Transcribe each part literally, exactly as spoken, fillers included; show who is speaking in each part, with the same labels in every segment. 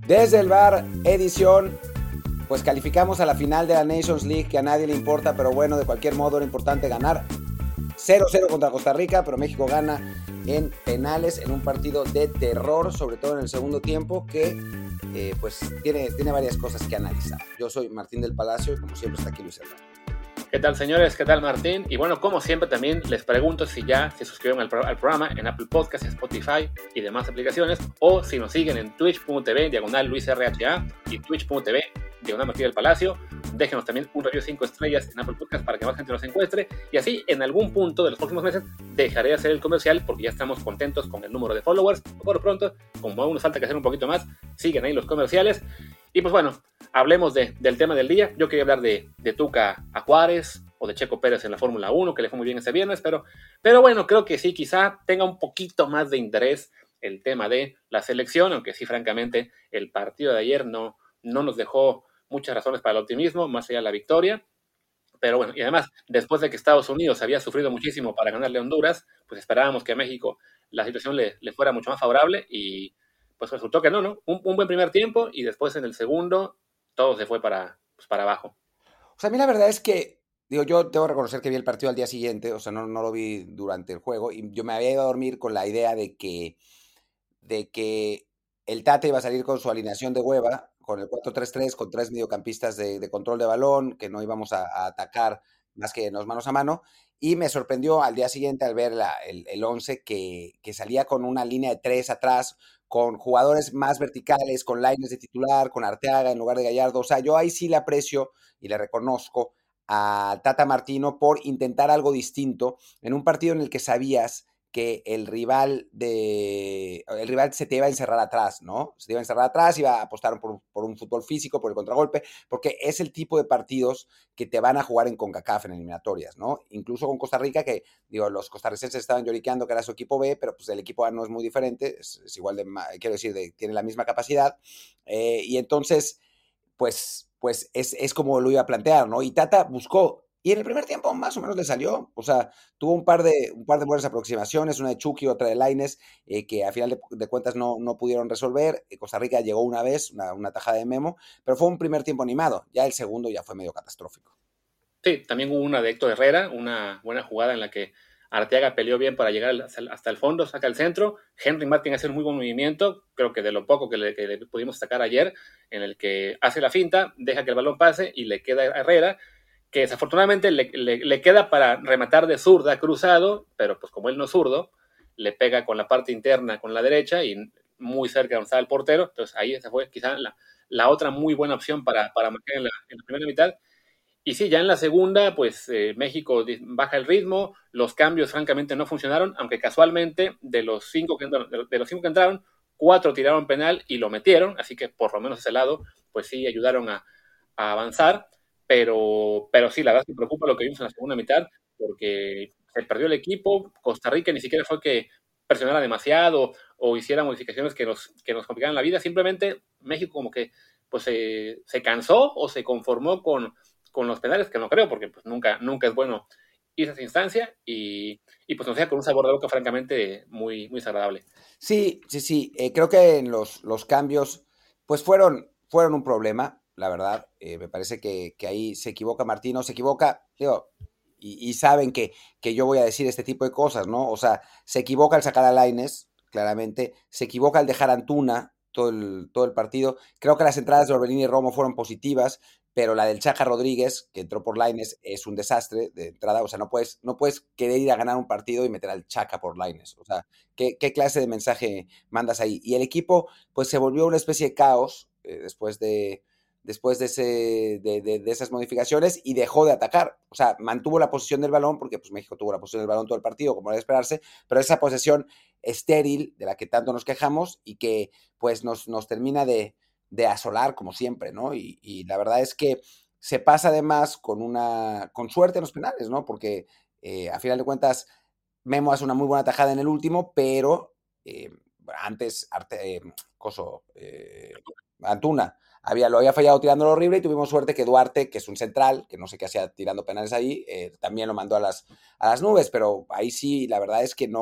Speaker 1: Desde el bar, edición, pues calificamos a la final de la Nations League, que a nadie le importa, pero bueno, de cualquier modo era importante ganar. cero cero contra Costa Rica, pero México gana en penales en un partido de terror, sobre todo en el segundo tiempo, que eh, pues tiene, tiene varias cosas que analizar. Yo soy Martín del Palacio y como siempre está aquí Luis Herrera.
Speaker 2: ¿Qué tal, señores? ¿Qué tal, Martín? Y bueno, como siempre también les pregunto si ya se suscribieron al, pro- al programa en Apple Podcasts, Spotify y demás aplicaciones, o si nos siguen en twitch punto tv, diagonal Luis R H A, y twitch punto tv, diagonal Martín del Palacio. Déjenos también un review cinco estrellas en Apple Podcasts para que más gente nos encuentre, y así en algún punto de los próximos meses dejaré de hacer el comercial porque ya estamos contentos con el número de followers. Por lo pronto, como aún nos falta que hacer un poquito más, siguen ahí los comerciales. Y pues bueno, hablemos de, del tema del día. Yo quería hablar de, de Tuca a Juárez o de Checo Pérez en la Fórmula uno, que le fue muy bien este viernes, pero, pero bueno, creo que sí, quizá tenga un poquito más de interés el tema de la selección, aunque sí, francamente, el partido de ayer no, no nos dejó muchas razones para el optimismo, más allá de la victoria. Pero bueno, y además, después de que Estados Unidos había sufrido muchísimo para ganarle a Honduras, pues esperábamos que a México la situación le, le fuera mucho más favorable y pues resultó que no, ¿no? Un, un buen primer tiempo y después en el segundo todo se fue para, pues, para abajo.
Speaker 1: O sea, a mí la verdad es que, digo, yo debo reconocer que vi el partido al día siguiente, o sea, no, no lo vi durante el juego, y yo me había ido a dormir con la idea de que, de que el Tata iba a salir con su alineación de hueva, con el cuatro tres tres, con tres mediocampistas de, de control de balón, que no íbamos a, a atacar más que nos manos a mano, y me sorprendió al día siguiente al ver la, el, el once que, que salía con una línea de tres atrás, con jugadores más verticales, con Lainez de titular, con Arteaga en lugar de Gallardo. O sea, yo ahí sí le aprecio y le reconozco a Tata Martino por intentar algo distinto en un partido en el que sabías que el rival de el rival se te iba a encerrar atrás, ¿no? Se te iba a encerrar atrás, iba a apostar por, por un fútbol físico, por el contragolpe, porque es el tipo de partidos que te van a jugar en CONCACAF en eliminatorias, ¿no? Incluso con Costa Rica, que digo, los costarricenses estaban lloriqueando que era su equipo B, pero pues el equipo A no es muy diferente, es, es igual de, quiero decir, de, tiene la misma capacidad, eh, y entonces, pues, pues es, es como lo iba a plantear, ¿no? Y Tata buscó. Y en el primer tiempo más o menos le salió, o sea, tuvo un par de, un par de buenas aproximaciones, una de Chucky, otra de Lainez, eh, que a final de, de cuentas no, no pudieron resolver. Eh, Costa Rica llegó una vez, una, una tajada de Memo, pero fue un primer tiempo animado. Ya el segundo ya fue medio catastrófico.
Speaker 2: Sí, también hubo una de Héctor Herrera, una buena jugada en la que Arteaga peleó bien para llegar hasta el fondo, saca el centro. Henry Martin hace un muy buen movimiento, creo que de lo poco que le, que le pudimos sacar ayer, en el que hace la finta, deja que el balón pase y le queda a Herrera, que desafortunadamente le, le, le queda para rematar de zurda cruzado, pero pues como él no es zurdo, le pega con la parte interna, con la derecha y muy cerca de donde estaba el portero. Entonces ahí esa fue quizá la, la otra muy buena opción para, para marcar en la, en la primera mitad. Y sí, ya en la segunda, pues eh, México baja el ritmo, los cambios francamente no funcionaron, aunque casualmente de los cinco que, de los cinco que entraron, cuatro tiraron penal y lo metieron, así que por lo menos ese lado, pues sí ayudaron a, a avanzar, pero, pero sí, la verdad es que me preocupa lo que vimos en la segunda mitad, porque se perdió el equipo, Costa Rica ni siquiera fue que presionara demasiado o hiciera modificaciones que nos, que nos complicaran la vida, simplemente México como que pues se, se cansó o se conformó con con los penales, que no creo, porque pues nunca, nunca es bueno ir a esa instancia y, y pues nos deja con un sabor de boca francamente muy, muy desagradable.
Speaker 1: Sí, sí, sí, eh, creo que en los, los cambios pues fueron, fueron un problema, la verdad. Eh, me parece que, que ahí se equivoca Martino, se equivoca, digo, y, y saben que, que yo voy a decir este tipo de cosas, ¿no? O sea, se equivoca al sacar a Lainez, claramente, se equivoca al dejar a Antuna todo el, todo el partido. Creo que las entradas de Orbelín y Romo fueron positivas, pero la del Chaca Rodríguez, que entró por Lainez, es un desastre de entrada. O sea, no puedes, no puedes querer ir a ganar un partido y meter al Chaca por Lainez. O sea, ¿qué, qué clase de mensaje mandas ahí? Y el equipo, pues se volvió una especie de caos eh, después de, después de, ese, de, de, de, esas modificaciones y dejó de atacar. O sea, mantuvo la posición del balón, porque pues, México tuvo la posición del balón todo el partido, como era de esperarse, pero esa posesión estéril de la que tanto nos quejamos y que pues nos, nos termina de, de asolar, como siempre, ¿no? Y, y la verdad es que se pasa además con una con suerte en los penales, ¿no? Porque eh, a final de cuentas Memo hace una muy buena tajada en el último, pero eh, antes Arte, eh, Coso, eh, Antuna había, lo había fallado tirando horrible y tuvimos suerte que Duarte, que es un central, que no sé qué hacía tirando penales ahí, eh, también lo mandó a las, a las nubes, pero ahí sí, la verdad es que no,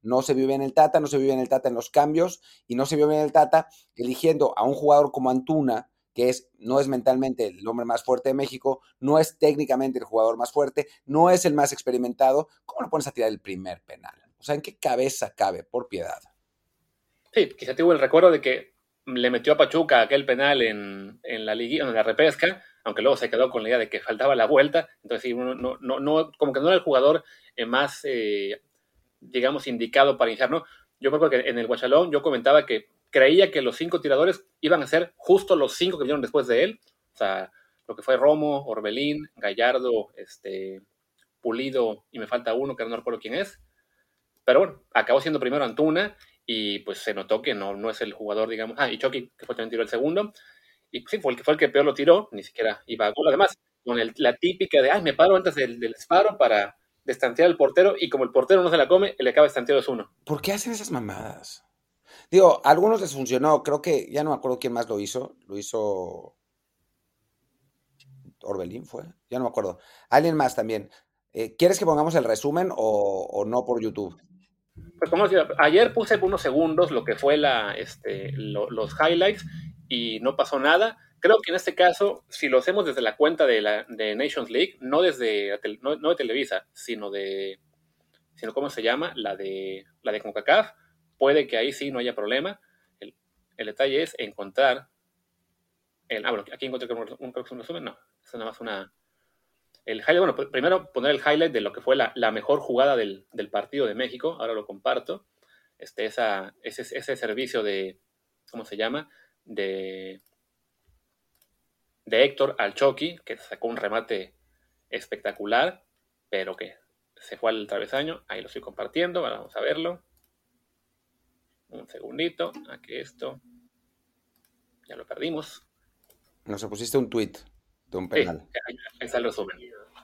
Speaker 1: no se vio bien el Tata, no se vio bien el Tata en los cambios y no se vio bien el Tata eligiendo a un jugador como Antuna, que es, no es mentalmente el hombre más fuerte de México, no es técnicamente el jugador más fuerte, no es el más experimentado. ¿Cómo lo pones a tirar el primer penal? O sea, ¿en qué cabeza cabe? Por piedad.
Speaker 2: Sí, quizá tuvo el recuerdo de que le metió a Pachuca aquel penal en, en la liguilla, en la repesca, aunque luego se quedó con la idea de que faltaba la vuelta. Entonces, sí, uno no, no, no, como que no era el jugador eh, más, eh, digamos, indicado para iniciar, ¿no? Yo creo que en el Guachalón yo comentaba que creía que los cinco tiradores iban a ser justo los cinco que vinieron después de él. O sea, lo que fue Romo, Orbelín, Gallardo, este, Pulido, y me falta uno que no recuerdo quién es. Pero bueno, acabó siendo primero Antuna y pues se notó que no, no es el jugador, digamos. Ah, y Chucky, que fue también tiró el segundo. Y pues, sí, fue el, que, fue el que peor lo tiró, ni siquiera iba a gol. Además, con el, la típica de, ay, me paro antes del, del disparo para distanciar al portero y como el portero no se la come, el que acaba distanciado es uno.
Speaker 1: ¿Por qué hacen esas mamadas? Digo, a algunos les funcionó, creo que, ya no me acuerdo quién más lo hizo, lo hizo Orbelín, ¿fue? Ya no me acuerdo. Alguien más también. Eh, ¿Quieres que pongamos el resumen o, o no por YouTube?
Speaker 2: Pues como decía, ayer puse por unos segundos lo que fue la, este, lo, los highlights y no pasó nada. Creo que en este caso, si lo hacemos desde la cuenta de, la, de Nations League, no desde no, no de Televisa, sino de, sino ¿cómo se llama? La de, la de CONCACAF, puede que ahí sí no haya problema. El, el detalle es encontrar, el, ah, bueno, aquí encontré un, un, un resumen, no, es nada más una, el highlight, bueno, primero poner el highlight de lo que fue la, la mejor jugada del, del, partido de México, ahora lo comparto, este, esa, ese, ese servicio de, ¿cómo se llama? De, de Héctor al Chucky, que sacó un remate espectacular, pero que se fue al travesaño, ahí lo estoy compartiendo, vamos a verlo. Un segundito, aquí esto, ya lo perdimos.
Speaker 1: Nos pusiste un tweet de un
Speaker 2: Sí,
Speaker 1: penal.
Speaker 2: ahí está el resumen.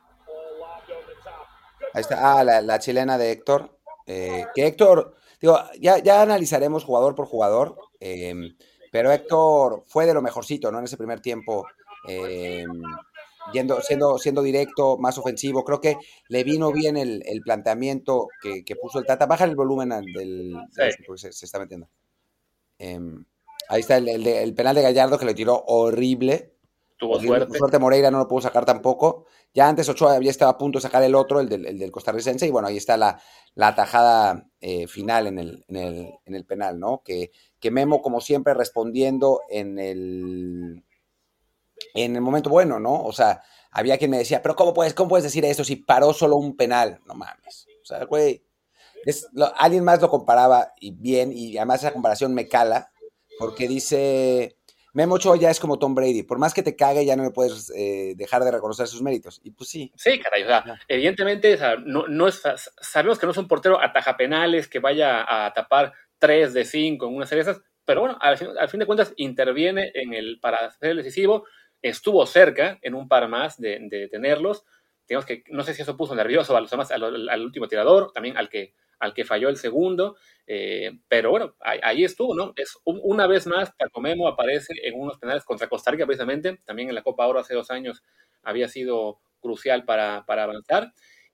Speaker 1: Ahí está, ah, la, la chilena de Héctor. Eh, que Héctor, digo, ya, ya analizaremos jugador por jugador, eh, pero Héctor fue de lo mejorcito, ¿no? En ese primer tiempo, eh, yendo, siendo, siendo directo, más ofensivo. Creo que le vino bien el, el planteamiento que, que puso el Tata. Baja el volumen al- del,
Speaker 2: Sí,
Speaker 1: del este porque se, se está metiendo. Eh, ahí está el, el, de- el penal de Gallardo que le tiró horrible.
Speaker 2: tuvo
Speaker 1: Horrible. Por
Speaker 2: suerte.
Speaker 1: suerte Moreira no lo pudo sacar tampoco. Ya antes Ochoa había estado a punto de sacar el otro, el del, el del costarricense, y bueno, ahí está la, la tajada eh, final en el, en, el, en el penal, ¿no? Que, que Memo, como siempre, respondiendo en el, en el momento bueno, ¿no? O sea, había quien me decía, pero ¿cómo puedes, cómo puedes decir eso si paró solo un penal? No mames. O sea, güey, es, lo, alguien más lo comparaba y bien, y además esa comparación me cala, porque dice, Memo Ochoa ya es como Tom Brady, por más que te cague ya no le puedes eh, dejar de reconocer sus méritos. Y pues sí.
Speaker 2: Sí, caray, o sea,
Speaker 1: Ya.
Speaker 2: evidentemente o sea, no, no es, sabemos que no es un portero ataja penales que vaya a tapar tres de cinco en una serie de esas, pero bueno, al fin, al fin de cuentas interviene en el, para ser el decisivo, estuvo cerca en un par más de, de tenerlos, digamos que no sé si eso puso nervioso a los demás, al, al, al último tirador, también al que, al que falló el segundo, eh, pero bueno, ahí, ahí estuvo, ¿no? Es un, una vez más, Paco Memo aparece en unos penales contra Costa Rica precisamente, también en la Copa Oro hace dos años había sido crucial para, para avanzar.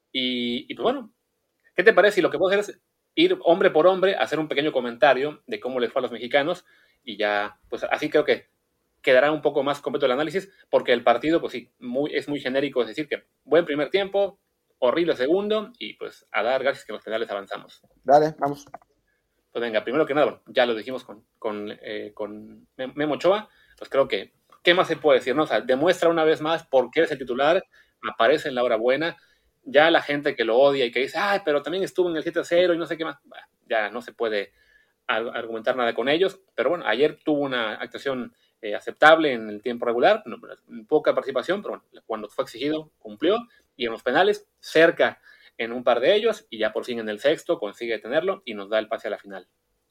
Speaker 2: Y, y, pues bueno, ¿qué te parece si lo que puedo hacer es ir hombre por hombre, hacer un pequeño comentario de cómo les fue a los mexicanos y ya, pues así creo que quedará un poco más completo el análisis, porque el partido, pues sí, muy, es muy genérico, es decir, que buen primer tiempo, horrible segundo, y pues a dar gracias que en los penales avanzamos.
Speaker 1: Dale, vamos.
Speaker 2: Pues venga, primero que nada, bueno, ya lo dijimos con, con, eh, con Memo Ochoa, pues creo que, ¿qué más se puede decir? No? O sea, demuestra una vez más por qué es el titular, aparece en la hora buena, ya la gente que lo odia y que dice, ay, pero también estuvo en el siete a cero y no sé qué más, bueno, ya no se puede argumentar nada con ellos, pero bueno, ayer tuvo una actuación eh, aceptable en el tiempo regular, no, poca participación, pero bueno, cuando fue exigido cumplió, y en los penales cerca en un par de ellos, y ya por fin en el sexto consigue tenerlo y nos da el pase a la final.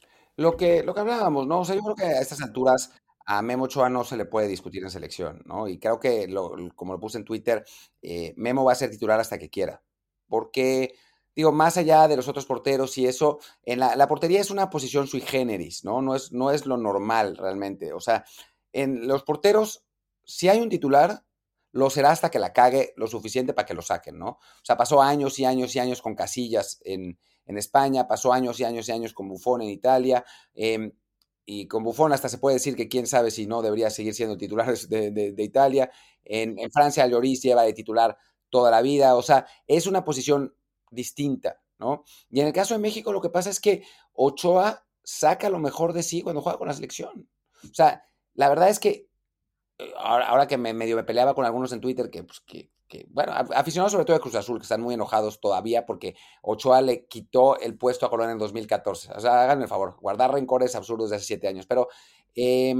Speaker 1: Lo que, lo que hablábamos, ¿no? O sea, yo creo que a estas alturas a Memo Ochoa no se le puede discutir en selección, ¿no? Y creo que, lo, como lo puse en Twitter, eh, Memo va a ser titular hasta que quiera. Porque, digo, más allá de los otros porteros y eso, en la, la portería es una posición sui generis, ¿no? No es, no es lo normal realmente. O sea, en los porteros, si hay un titular, lo será hasta que la cague lo suficiente para que lo saquen, ¿no? O sea, pasó años y años y años con Casillas en, en España, pasó años y años y años con Buffon en Italia, eh, y con Buffon hasta se puede decir que quién sabe si no debería seguir siendo titular de, de, de Italia. En, en Francia, Lloris lleva de titular toda la vida, o sea, es una posición distinta, ¿no? Y en el caso de México lo que pasa es que Ochoa saca lo mejor de sí cuando juega con la selección. O sea, la verdad es que ahora, ahora que me medio me peleaba con algunos en Twitter que, pues, que, que, bueno, aficionados sobre todo de Cruz Azul, que están muy enojados todavía porque Ochoa le quitó el puesto a Colón en dos mil catorce. O sea, háganme el favor, guardar rencores absurdos de hace siete años. Pero eh,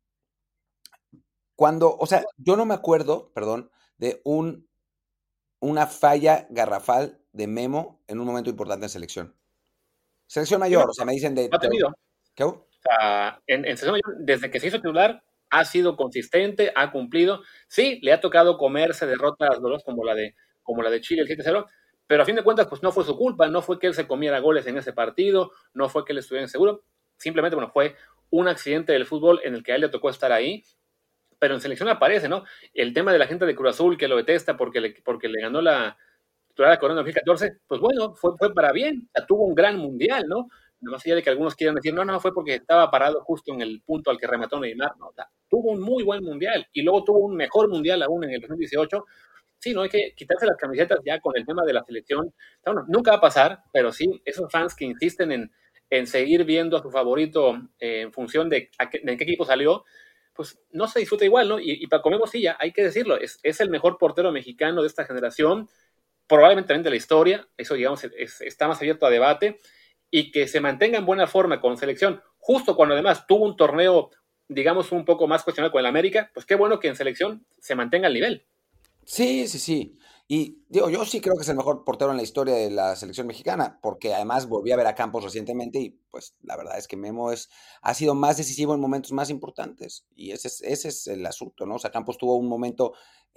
Speaker 1: cuando, o sea, yo no me acuerdo, perdón, de un, una falla garrafal de Memo en un momento importante en selección. Selección mayor, o sea, me dicen de...
Speaker 2: Lo ha tenido.
Speaker 1: ¿Qué?
Speaker 2: O sea, en, en selección mayor, desde que se hizo titular, ha sido consistente, ha cumplido. Sí, le ha tocado comerse derrotas dolorosas como la de, como la de Chile, el siete cero, pero a fin de cuentas, pues no fue su culpa, no fue que él se comiera goles en ese partido, no fue que él estuviera inseguro, simplemente, bueno, fue un accidente del fútbol en el que a él le tocó estar ahí, pero en selección aparece, ¿no? El tema de la gente de Cruz Azul que lo detesta porque le, porque le ganó la titular a Corona en dos mil catorce, pues bueno, fue, fue para bien, o sea, tuvo un gran mundial, ¿no? No más allá de que algunos quieran decir, no, no, fue porque estaba parado justo en el punto al que remató Neymar, no, o sea, tuvo un muy buen mundial y luego tuvo un mejor mundial aún en el dos mil dieciocho. Sí, no hay que quitarse las camisetas ya con el tema de la selección. Bueno, nunca va a pasar, pero sí, esos fans que insisten en, en seguir viendo a su favorito eh, en función de, a qué, de qué equipo salió, pues no se disfruta igual, ¿no? Y, y para Comemos sí, ya hay que decirlo, es, es el mejor portero mexicano de esta generación, probablemente también de la historia, eso digamos es, está más abierto a debate, y que se mantenga en buena forma con selección, justo cuando además tuvo un torneo, digamos, un poco más cuestionado con el América, pues qué bueno que en selección se mantenga al nivel.
Speaker 1: Sí, sí, sí. Y digo, yo sí creo que es el mejor portero en la historia de la selección mexicana, porque además volví a ver a Campos recientemente y pues la verdad es que Memo es, ha sido más decisivo en momentos más importantes. Y ese es, ese es el asunto, ¿no? O sea, Campos tuvo un momento,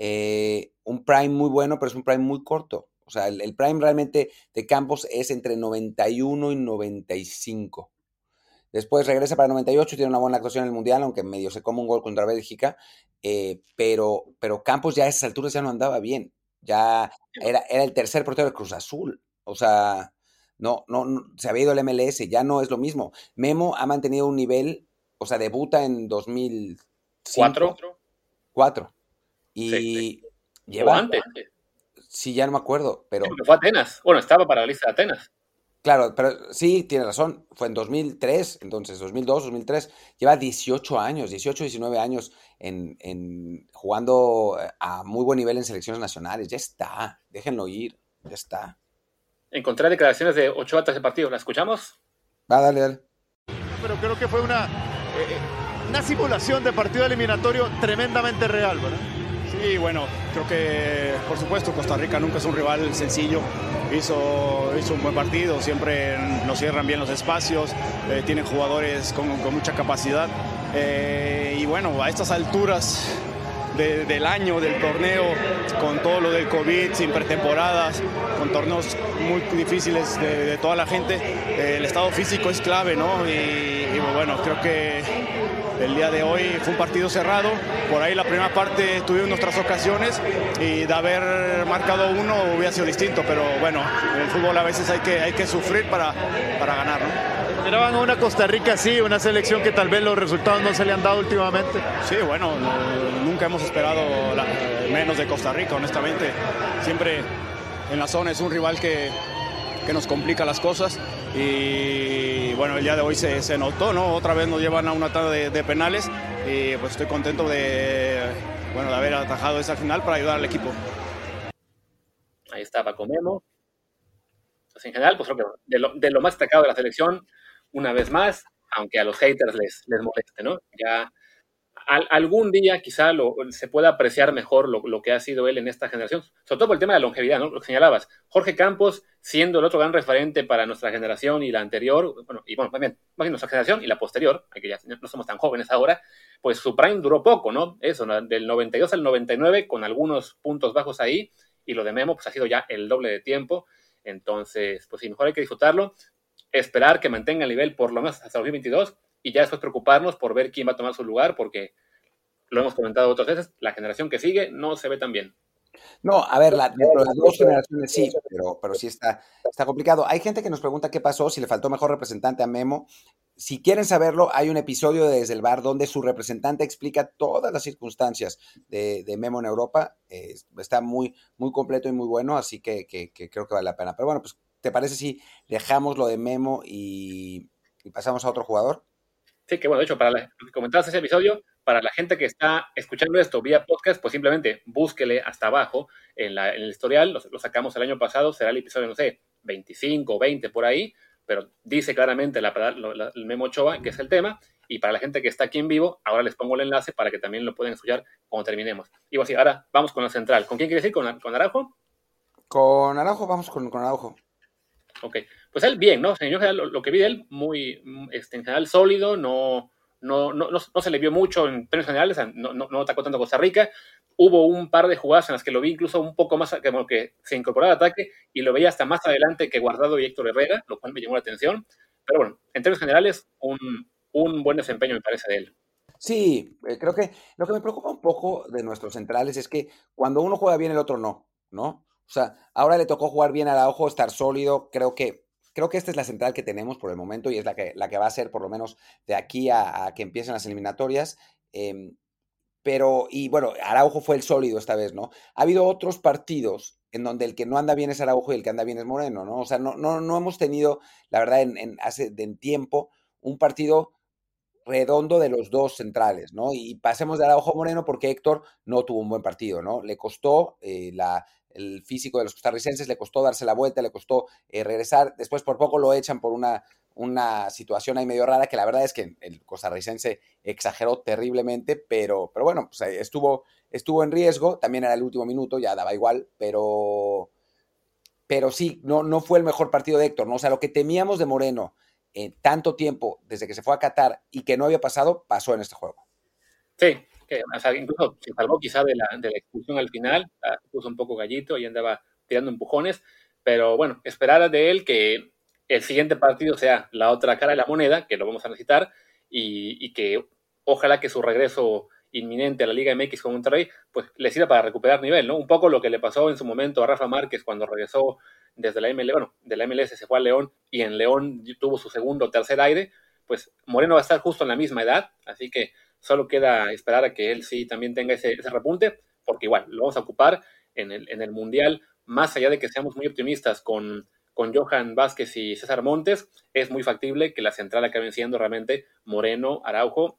Speaker 1: eh, un prime muy bueno, pero es un prime muy corto. O sea, el, el prime realmente de Campos es entre noventa y uno y noventa y cinco. Después regresa para el noventa y ocho, tiene una buena actuación en el Mundial, aunque medio se come un gol contra Bélgica, eh, pero, pero Campos ya a esas alturas ya no andaba bien, ya era, era el tercer portero de Cruz Azul, o sea, no, no, no, se había ido el M L S, ya no es lo mismo. Memo ha mantenido un nivel, o sea, debuta en dos mil cinco,
Speaker 2: ¿Cuatro?
Speaker 1: cuatro,
Speaker 2: Sí.
Speaker 1: y
Speaker 2: O
Speaker 1: lleva,
Speaker 2: antes.
Speaker 1: sí, ya no me acuerdo,
Speaker 2: Sí,
Speaker 1: pero
Speaker 2: porque fue a Atenas. Bueno, estaba para la lista de Atenas.
Speaker 1: claro, pero sí, tiene razón. Fue en dos mil tres, entonces, dos mil dos, dos mil tres. Lleva dieciocho años, dieciocho, diecinueve años en, en jugando a muy buen nivel en selecciones nacionales. Ya está, déjenlo ir, ya está.
Speaker 2: Encontré declaraciones de Ochoa tras el partido. ¿La escuchamos?
Speaker 1: Va, dale, dale.
Speaker 3: Pero creo que fue una, eh, una simulación de partido eliminatorio tremendamente real, ¿verdad?
Speaker 4: Sí, bueno, creo que por supuesto Costa Rica nunca es un rival sencillo, hizo, hizo un buen partido, siempre nos cierran bien los espacios, eh, tienen jugadores con, con mucha capacidad eh, y bueno, a estas alturas de, del año, del torneo, con todo lo del COVID, sin pretemporadas, con torneos muy difíciles de, de toda la gente, eh, el estado físico es clave, ¿no? Y, y bueno, creo que el día de hoy fue un partido cerrado, por ahí la primera parte tuvimos nuestras ocasiones y de haber marcado uno hubiera sido distinto, pero bueno, en el fútbol a veces hay que, hay que sufrir para, para ganar, ¿no?
Speaker 3: Esperaban a una Costa Rica así, una selección que tal vez los resultados no se le han dado últimamente.
Speaker 4: Sí, bueno, no, nunca hemos esperado la, menos de Costa Rica, honestamente. Siempre en la zona es un rival que, que nos complica las cosas y bueno, el día de hoy se, se notó, ¿no? Otra vez nos llevan a una tanda de, de penales y pues estoy contento de, bueno, de haber atajado esa final para ayudar al equipo.
Speaker 2: Ahí está Paco Memo. Pues en general, pues creo que de lo, de lo más destacado de la selección, una vez más, aunque a los haters les, les moleste, ¿no? Ya al, algún día quizá lo, se pueda apreciar mejor lo, lo que ha sido él en esta generación, sobre todo por el tema de la longevidad, ¿no? Lo que señalabas, Jorge Campos siendo el otro gran referente para nuestra generación y la anterior, bueno, y bueno, más bien, más bien nuestra generación y la posterior, que ya no somos tan jóvenes ahora, pues su prime duró poco, ¿no? Eso, ¿no? Del noventa y dos al noventa y nueve, con algunos puntos bajos ahí, y lo de Memo, pues ha sido ya el doble de tiempo. Entonces, pues sí, mejor hay que disfrutarlo, esperar que mantenga el nivel por lo menos hasta dos mil veintidós y ya después preocuparnos por ver quién va a tomar su lugar, porque lo hemos comentado otras veces, la generación que sigue no se ve tan bien.
Speaker 1: No, a ver, la, dentro de las dos generaciones sí, pero, pero sí está, está complicado. Hay gente que nos pregunta qué pasó, si le faltó mejor representante a Memo. Si quieren saberlo, hay un episodio de Desde el Bar donde su representante explica todas las circunstancias de, de Memo en Europa. Eh, está muy, muy completo y muy bueno, así que, que, que creo que vale la pena. Pero bueno, pues, ¿te parece si dejamos lo de Memo y, y pasamos a otro jugador?
Speaker 2: Sí, que bueno, de hecho, para la, lo que comentabas ese episodio, para la gente que está escuchando esto vía podcast, pues simplemente búsquele hasta abajo en, la, en el historial, lo, lo sacamos el año pasado, será el episodio, no sé, veinticinco o veinte por ahí, pero dice claramente la, la, el Memo Ochoa, que es el tema, y para la gente que está aquí en vivo, ahora les pongo el enlace para que también lo puedan escuchar cuando terminemos. Y bueno, sí, ahora vamos con la central. ¿Con quién quieres ir? ¿Con, con Araujo?
Speaker 1: Con Araujo, vamos con, con Araujo.
Speaker 2: Ok, pues él bien, ¿no? En general, lo, lo que vi de él, muy, este, en general sólido, no, no, no, no, no se le vio mucho en términos generales, no, no, no atacó tanto a Costa Rica. Hubo un par de jugadas en las que lo vi incluso un poco más, como que se incorporaba al ataque y lo veía hasta más adelante que Guardado y Héctor Herrera, lo cual me llamó la atención. Pero bueno, en términos generales, un, un buen desempeño me parece de él.
Speaker 1: Sí, eh, creo que lo que me preocupa un poco de nuestros centrales es que cuando uno juega bien, el otro no, ¿no? O sea, ahora le tocó jugar bien a Araujo, estar sólido. Creo que, creo que esta es la central que tenemos por el momento y es la que, la que va a ser por lo menos de aquí a, a que empiecen las eliminatorias. Eh, pero, y bueno, Araujo fue el sólido esta vez, ¿no? Ha habido otros partidos en donde el que no anda bien es Araujo y el que anda bien es Moreno, ¿no? O sea, no, no, no hemos tenido, la verdad, en, en hace en tiempo, un partido redondo de los dos centrales, ¿no? Y pasemos de Araujo a Moreno porque Héctor no tuvo un buen partido, ¿no? Le costó eh, la, el físico de los costarricenses, le costó darse la vuelta, le costó eh, regresar, después por poco lo echan por una, una situación ahí medio rara que la verdad es que el costarricense exageró terriblemente, pero, pero bueno, pues estuvo, estuvo en riesgo, también era el último minuto, ya daba igual, pero, pero sí, no, no fue el mejor partido de Héctor, ¿no? O sea, lo que temíamos de Moreno eh, tanto tiempo desde que se fue a Qatar y que no había pasado, pasó en este juego.
Speaker 2: Sí, que, o sea, incluso se salvó quizá de la, de la expulsión al final, se puso un poco gallito y andaba tirando empujones, pero bueno, esperar de él que el siguiente partido sea la otra cara de la moneda, que lo vamos a necesitar, y, y que ojalá que su regreso inminente a la Liga M X con Monterrey, pues le sirva para recuperar nivel, ¿no? Un poco lo que le pasó en su momento a Rafa Márquez cuando regresó desde la M L S, bueno, de la M L S se fue a León y en León tuvo su segundo o tercer aire, pues Moreno va a estar justo en la misma edad, así que solo queda esperar a que él sí también tenga ese, ese repunte, porque igual lo vamos a ocupar en el, en el Mundial, más allá de que seamos muy optimistas con, con Johan Vázquez y César Montes, es muy factible que la central acabe siendo realmente Moreno, Araujo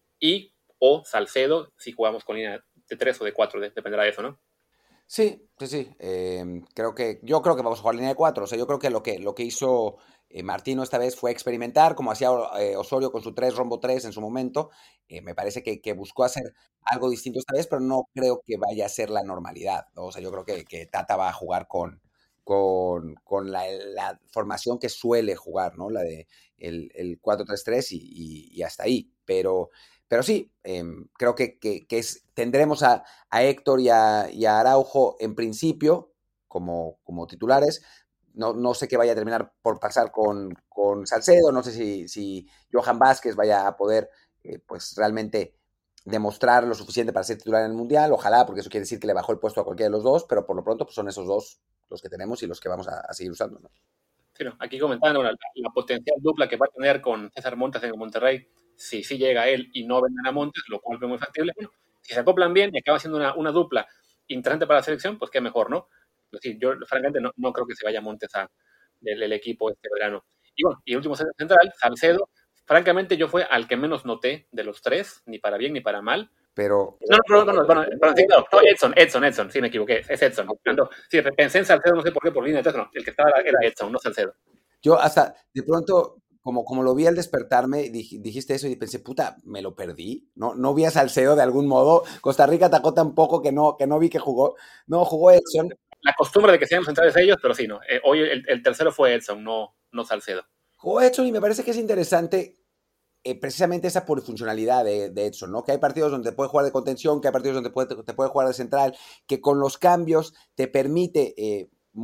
Speaker 2: y o Salcedo, si jugamos con línea de tres o de cuatro, dependerá de eso, ¿no?
Speaker 1: Sí, sí, sí. Eh, creo que, yo creo que vamos a jugar línea de cuatro. O sea, yo creo que lo que, lo que hizo eh, Martino esta vez fue experimentar, como hacía eh, Osorio con su tres rombo tres en su momento. Eh, me parece que, que buscó hacer algo distinto esta vez, pero no creo que vaya a ser la normalidad, ¿no? O sea, yo creo que, que Tata va a jugar con, con, con la, la formación que suele jugar, ¿no? La de el, el cuatro tres tres y, y, y hasta ahí. Pero, pero sí, eh, creo que, que, que es, tendremos a, a Héctor y a, y a, Araujo en principio como, como titulares. No, no, sé qué vaya a terminar por pasar con, con Salcedo, no sé si, si Johan Vázquez vaya a poder eh, pues realmente demostrar lo suficiente para ser titular en el Mundial, ojalá, porque eso quiere decir que le bajó el puesto a cualquiera de los dos, pero por lo pronto pues son esos dos los que tenemos y los que vamos a, a seguir usando, ¿no?
Speaker 2: Sí, no, aquí comentando la, la potencial dupla que va a tener con César Montes en Monterrey, si sí llega él y no venden a Montes, lo cual es muy factible. Bueno, si se acoplan bien y acaba siendo una, una dupla interesante para la selección, pues qué mejor, ¿no? Pues sí, yo francamente no, no creo que se vaya Montes a, del, del equipo este verano. Y bueno, y el último central, Salcedo, francamente yo fue al que menos noté de los tres, ni para bien ni para mal.
Speaker 1: Pero...
Speaker 2: No, no, no, no, no, no, sí, no, no, Edson, Edson, Edson, sí me equivoqué, es Edson. No, sí, pensé en Salcedo, no sé por qué, por línea de tres, no, el que estaba era Edson, no Salcedo.
Speaker 1: Yo hasta, de pronto, como, como lo vi al despertarme, dij, dijiste eso y pensé, puta, me lo perdí. No, no vi a Salcedo de algún modo. Costa Rica atacó tan poco que no, que no vi que jugó. No, jugó Edson.
Speaker 2: La costumbre de que sean centrales ellos, pero sí, no. Eh, hoy el, el tercero fue Edson, no, no Salcedo.
Speaker 1: Jugó Edson y me parece que es interesante eh, precisamente esa polifuncionalidad de, de Edson, ¿no? Que hay partidos donde te puede jugar de contención, que hay partidos donde puede, te puede jugar de central, que con los cambios te permite eh,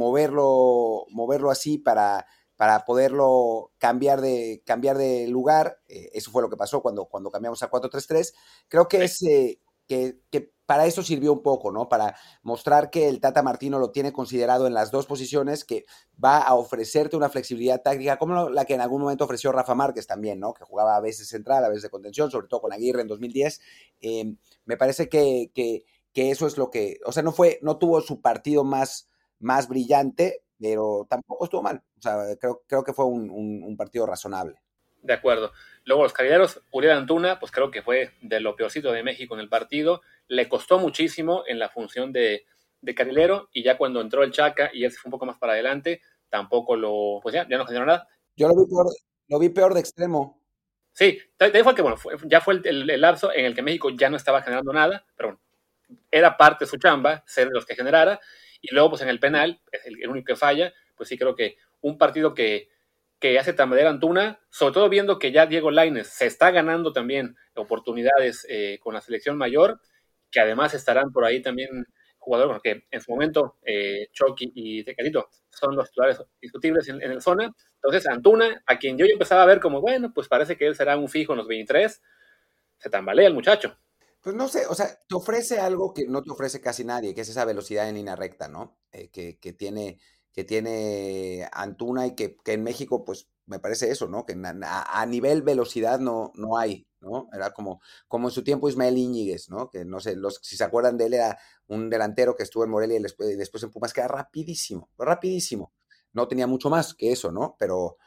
Speaker 1: moverlo, moverlo así para... para poderlo cambiar de, cambiar de lugar. Eh, eso fue lo que pasó cuando, cuando cambiamos a cuatro tres tres. Creo que es eh, que, que para eso sirvió un poco, ¿no? Para mostrar que el Tata Martino lo tiene considerado en las dos posiciones, que va a ofrecerte una flexibilidad táctica, como la que en algún momento ofreció Rafa Márquez también, ¿no? Que jugaba a veces central, a veces de contención, sobre todo con Aguirre en dos mil diez. Eh, me parece que, que, que eso es lo que, o sea, no fue, no tuvo su partido más, más brillante, pero tampoco estuvo mal. O sea, creo, creo que fue un, un, un partido razonable.
Speaker 2: De acuerdo. Luego los carrileros, Uriel Antuna, pues creo que fue de lo peorcito de México en el partido. Le costó muchísimo en la función de, de carrilero, y ya cuando entró el Chaca y él se fue un poco más para adelante, tampoco lo, pues ya, ya no generó nada.
Speaker 1: Yo lo vi peor, lo vi peor de extremo.
Speaker 2: Sí, de ahí fue que, bueno, fue, ya fue el, el, el lapso en el que México ya no estaba generando nada, pero bueno, era parte de su chamba ser de los que generara. Y luego, pues en el penal, es el, el único que falla. Pues sí, creo que un partido que que hace tambalear Antuna, sobre todo viendo que ya Diego Lainez se está ganando también oportunidades eh, con la selección mayor, que además estarán por ahí también jugadores, porque en su momento eh, Chucky y Tecatito son los titulares discutibles en, en el zona. Entonces Antuna, a quien yo empezaba a ver como, bueno, pues parece que él será un fijo en los veintitrés, se tambalea el muchacho.
Speaker 1: Pues no sé, o sea, te ofrece algo que no te ofrece casi nadie, que es esa velocidad en línea recta, ¿no? Eh, que, que tiene que tiene Antuna y que, que en México, pues me parece eso, ¿no? Que a, a nivel velocidad no, no hay, ¿no? Era como, como en su tiempo Ismael Íñiguez, ¿no? Que no sé, los, si se acuerdan de él, era un delantero que estuvo en Morelia y después, y después en Pumas, que era rapidísimo, rapidísimo. No tenía mucho más que eso, ¿no? Pero,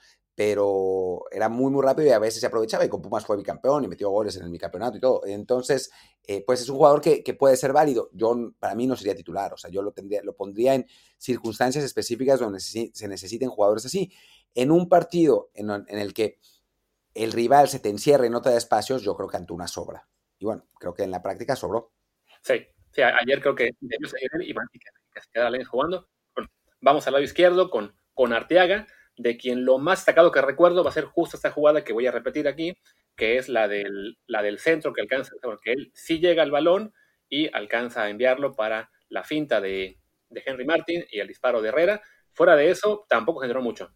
Speaker 1: pero era muy, muy rápido y a veces se aprovechaba, y con Pumas fue bicampeón y metió goles en el bicampeonato y todo. Entonces, eh, pues es un jugador que, que puede ser válido. Yo, para mí no sería titular, o sea, yo lo, tendría, lo pondría en circunstancias específicas donde se necesiten jugadores así. En un partido en, en el que el rival se te encierra y no te da espacios, yo creo que Antuna sobra. Y bueno, creo que en la práctica sobró.
Speaker 2: Sí, sí, ayer creo que debió salir él y que se queda Lainez jugando. Bueno, vamos al lado izquierdo con, con Arteaga, de quien lo más destacado que recuerdo va a ser justo esta jugada que voy a repetir aquí, que es la del, la del centro que alcanza, porque él sí llega al balón y alcanza a enviarlo para la finta de, de Henry Martin y el disparo de Herrera. Fuera de eso, tampoco generó mucho.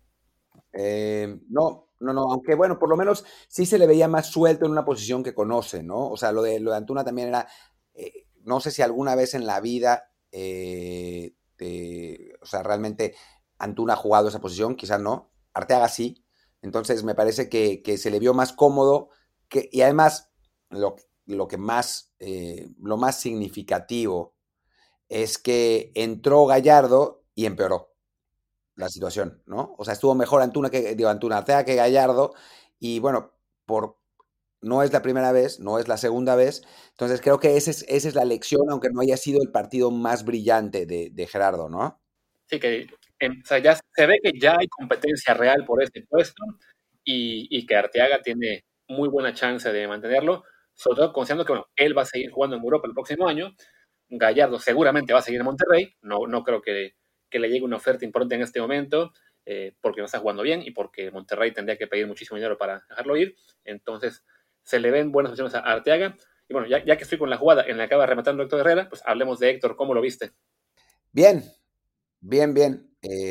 Speaker 1: Eh, no, no, no, aunque bueno, por lo menos sí se le veía más suelto en una posición que conoce, ¿no? O sea, lo de, lo de Antuna también era, eh, no sé si alguna vez en la vida, eh, te, o sea, realmente Antuna ha jugado esa posición, quizás no, Arteaga sí, entonces me parece que, que se le vio más cómodo, que, y además lo, lo que más, eh, lo más significativo es que entró Gallardo y empeoró la situación, ¿no? O sea, estuvo mejor Antuna que, digo, Antuna Arteaga que Gallardo, y bueno, por, no es la primera vez, no es la segunda vez, entonces creo que esa es, esa es la lección, aunque no haya sido el partido más brillante de, de Gerardo, ¿no?
Speaker 2: Sí, que en, o sea, ya se ve que ya hay competencia real por este puesto, y, y que Arteaga tiene muy buena chance de mantenerlo, sobre todo considerando que bueno, él va a seguir jugando en Europa el próximo año. Gallardo seguramente va a seguir en Monterrey, no, no creo que, que le llegue una oferta importante en este momento, eh, porque no está jugando bien y porque Monterrey tendría que pedir muchísimo dinero para dejarlo ir. Entonces se le ven buenas opciones a Arteaga. Y bueno, ya, ya que estoy con la jugada en la que acaba rematando Héctor Herrera, pues hablemos de Héctor. ¿Cómo lo viste?
Speaker 1: Bien, bien, bien.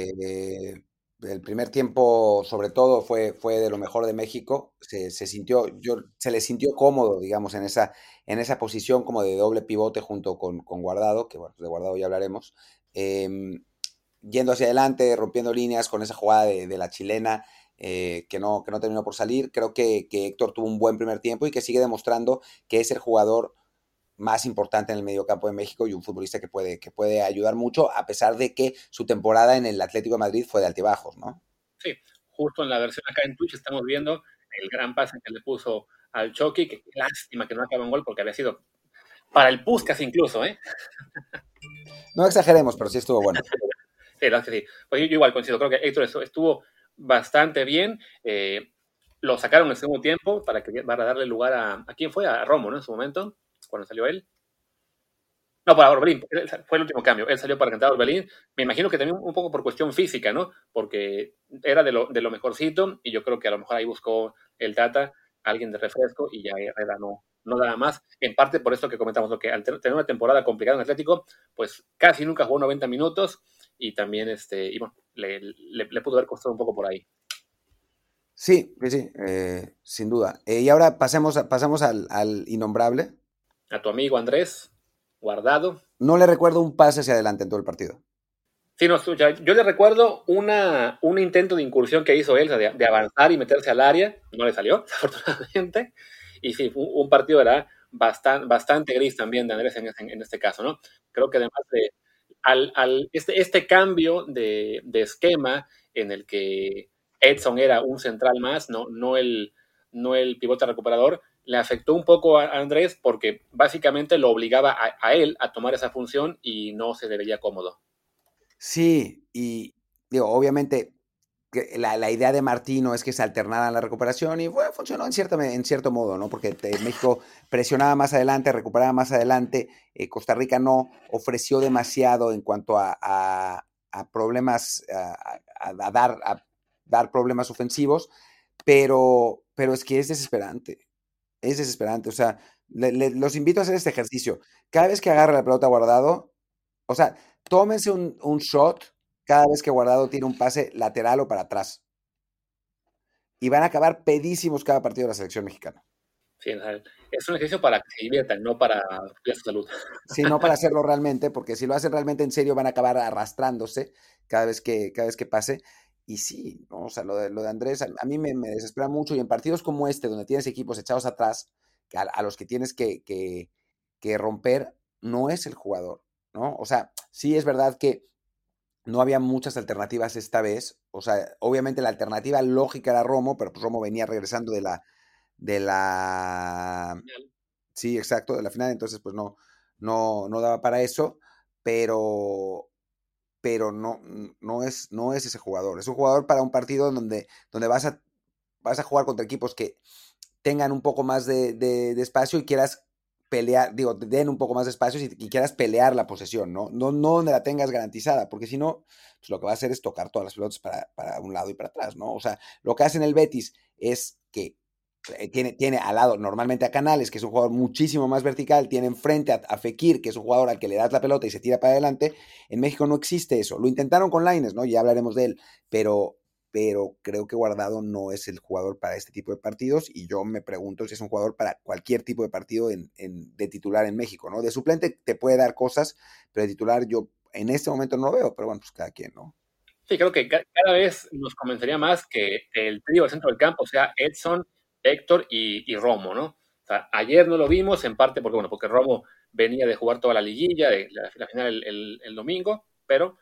Speaker 1: Eh, el primer tiempo, sobre todo, fue, fue de lo mejor de México. Se, se sintió, yo, se le sintió cómodo, digamos, en esa, en esa posición como de doble pivote junto con, con Guardado, que bueno, de Guardado ya hablaremos. Eh, yendo hacia adelante, rompiendo líneas con esa jugada de, de la chilena, eh, que, no, que no terminó por salir. Creo que, que Héctor tuvo un buen primer tiempo y que sigue demostrando que es el jugador más importante en el mediocampo de México y un futbolista que puede, que puede ayudar mucho, a pesar de que su temporada en el Atlético de Madrid fue de altibajos, ¿no?
Speaker 2: Sí, justo en la versión acá en Twitch estamos viendo el gran pase que le puso al Chucky, que qué lástima que no acaba en gol porque había sido para el Puskás incluso, ¿eh?
Speaker 1: No exageremos, pero sí estuvo bueno.
Speaker 2: Sí, la verdad que sí. Pues yo, yo igual coincido, creo que Héctor estuvo bastante bien. Eh, lo sacaron en el segundo tiempo para, que, para darle lugar a... ¿A quién fue? A Romo, ¿no? En su momento, cuando salió él. No, para Orbelín, fue el último cambio. Él salió para cantar a Orbelín. Me imagino que también un poco por cuestión física, ¿no? Porque era de lo, de lo mejorcito y yo creo que a lo mejor ahí buscó el Tata alguien de refresco y ya Herrera no, no daba más. En parte por esto que comentamos, lo que al tener una temporada complicada en Atlético, pues casi nunca jugó noventa minutos y también, este, y bueno, le, le, le pudo haber costado un poco por ahí.
Speaker 1: Sí, sí, sí, eh, sin duda. Eh, y ahora pasemos, a, pasamos al, al innombrable.
Speaker 2: A tu amigo Andrés. Guardado.
Speaker 1: No le recuerdo un pase hacia adelante en todo el partido.
Speaker 2: Sí, no, yo, yo le recuerdo una, un intento de incursión que hizo él, de, de avanzar y meterse al área. No le salió, desafortunadamente. Y sí, un, un partido era bastante, bastante gris también de Andrés en, en, en este caso, ¿no? Creo que además de al, al, este, este cambio de, de esquema en el que Edson era un central más, no, no, el, no el pivote recuperador, le afectó un poco a Andrés porque básicamente lo obligaba a, a él a tomar esa función y no se le veía cómodo.
Speaker 1: Sí, y digo, obviamente que la, la idea de Martino es que se alternaran la recuperación y bueno, funcionó en, cierta, en cierto modo, ¿no? Porque te, México presionaba más adelante, recuperaba más adelante, eh, Costa Rica no ofreció demasiado en cuanto a, a, a problemas, a, a, a, dar, a dar problemas ofensivos, pero, pero es que es desesperante, es desesperante, o sea, le, le, los invito a hacer este ejercicio. Cada vez que agarra la pelota Guardado, o sea, tómense un, un shot cada vez que Guardado tiene un pase lateral o para atrás. Y van a acabar pedísimos cada partido de la selección mexicana.
Speaker 2: Sí, es un ejercicio para que se diviertan, no para cuidar su salud.
Speaker 1: Sí, no para hacerlo realmente, porque si lo hacen realmente en serio van a acabar arrastrándose cada vez que, cada vez que pase. Y sí, ¿no? O sea, lo de, lo de Andrés a, a mí me, me desespera mucho. Y en partidos como este, donde tienes equipos echados atrás, que a, a los que tienes que, que, que romper, no es el jugador, ¿no? O sea, sí es verdad que no había muchas alternativas esta vez. O sea, obviamente la alternativa lógica era Romo, pero pues Romo venía regresando de la, de la, sí, exacto, de la final, entonces pues no, no, no daba para eso, pero, pero no, no es, no es ese jugador. Es un jugador para un partido donde, donde vas a, vas a jugar contra equipos que tengan un poco más de, de, de espacio y quieras pelear, digo, te den un poco más de espacio y, y quieras pelear la posesión, ¿no? No, no donde la tengas garantizada, porque si no, pues lo que va a hacer es tocar todas las pelotas para, para un lado y para atrás, ¿no? O sea, lo que hace en el Betis es que eh, tiene, tiene al lado normalmente a Canales, que es un jugador muchísimo más vertical, tiene enfrente a, a Fekir, que es un jugador al que le das la pelota y se tira para adelante. En México no existe eso. Lo intentaron con Lainez, ¿no? Ya hablaremos de él, pero pero creo que Guardado no es el jugador para este tipo de partidos y yo me pregunto si es un jugador para cualquier tipo de partido en, en, de titular en México, ¿no? De suplente te puede dar cosas, pero de titular yo en este momento no lo veo, pero bueno, pues cada quien, ¿no?
Speaker 2: Sí, creo que cada vez nos convencería más que el trío del centro del campo sea Edson, Héctor y, y Romo, ¿no? O sea, ayer no lo vimos en parte porque, bueno, porque Romo venía de jugar toda la liguilla, de la, la final el, el, el domingo, pero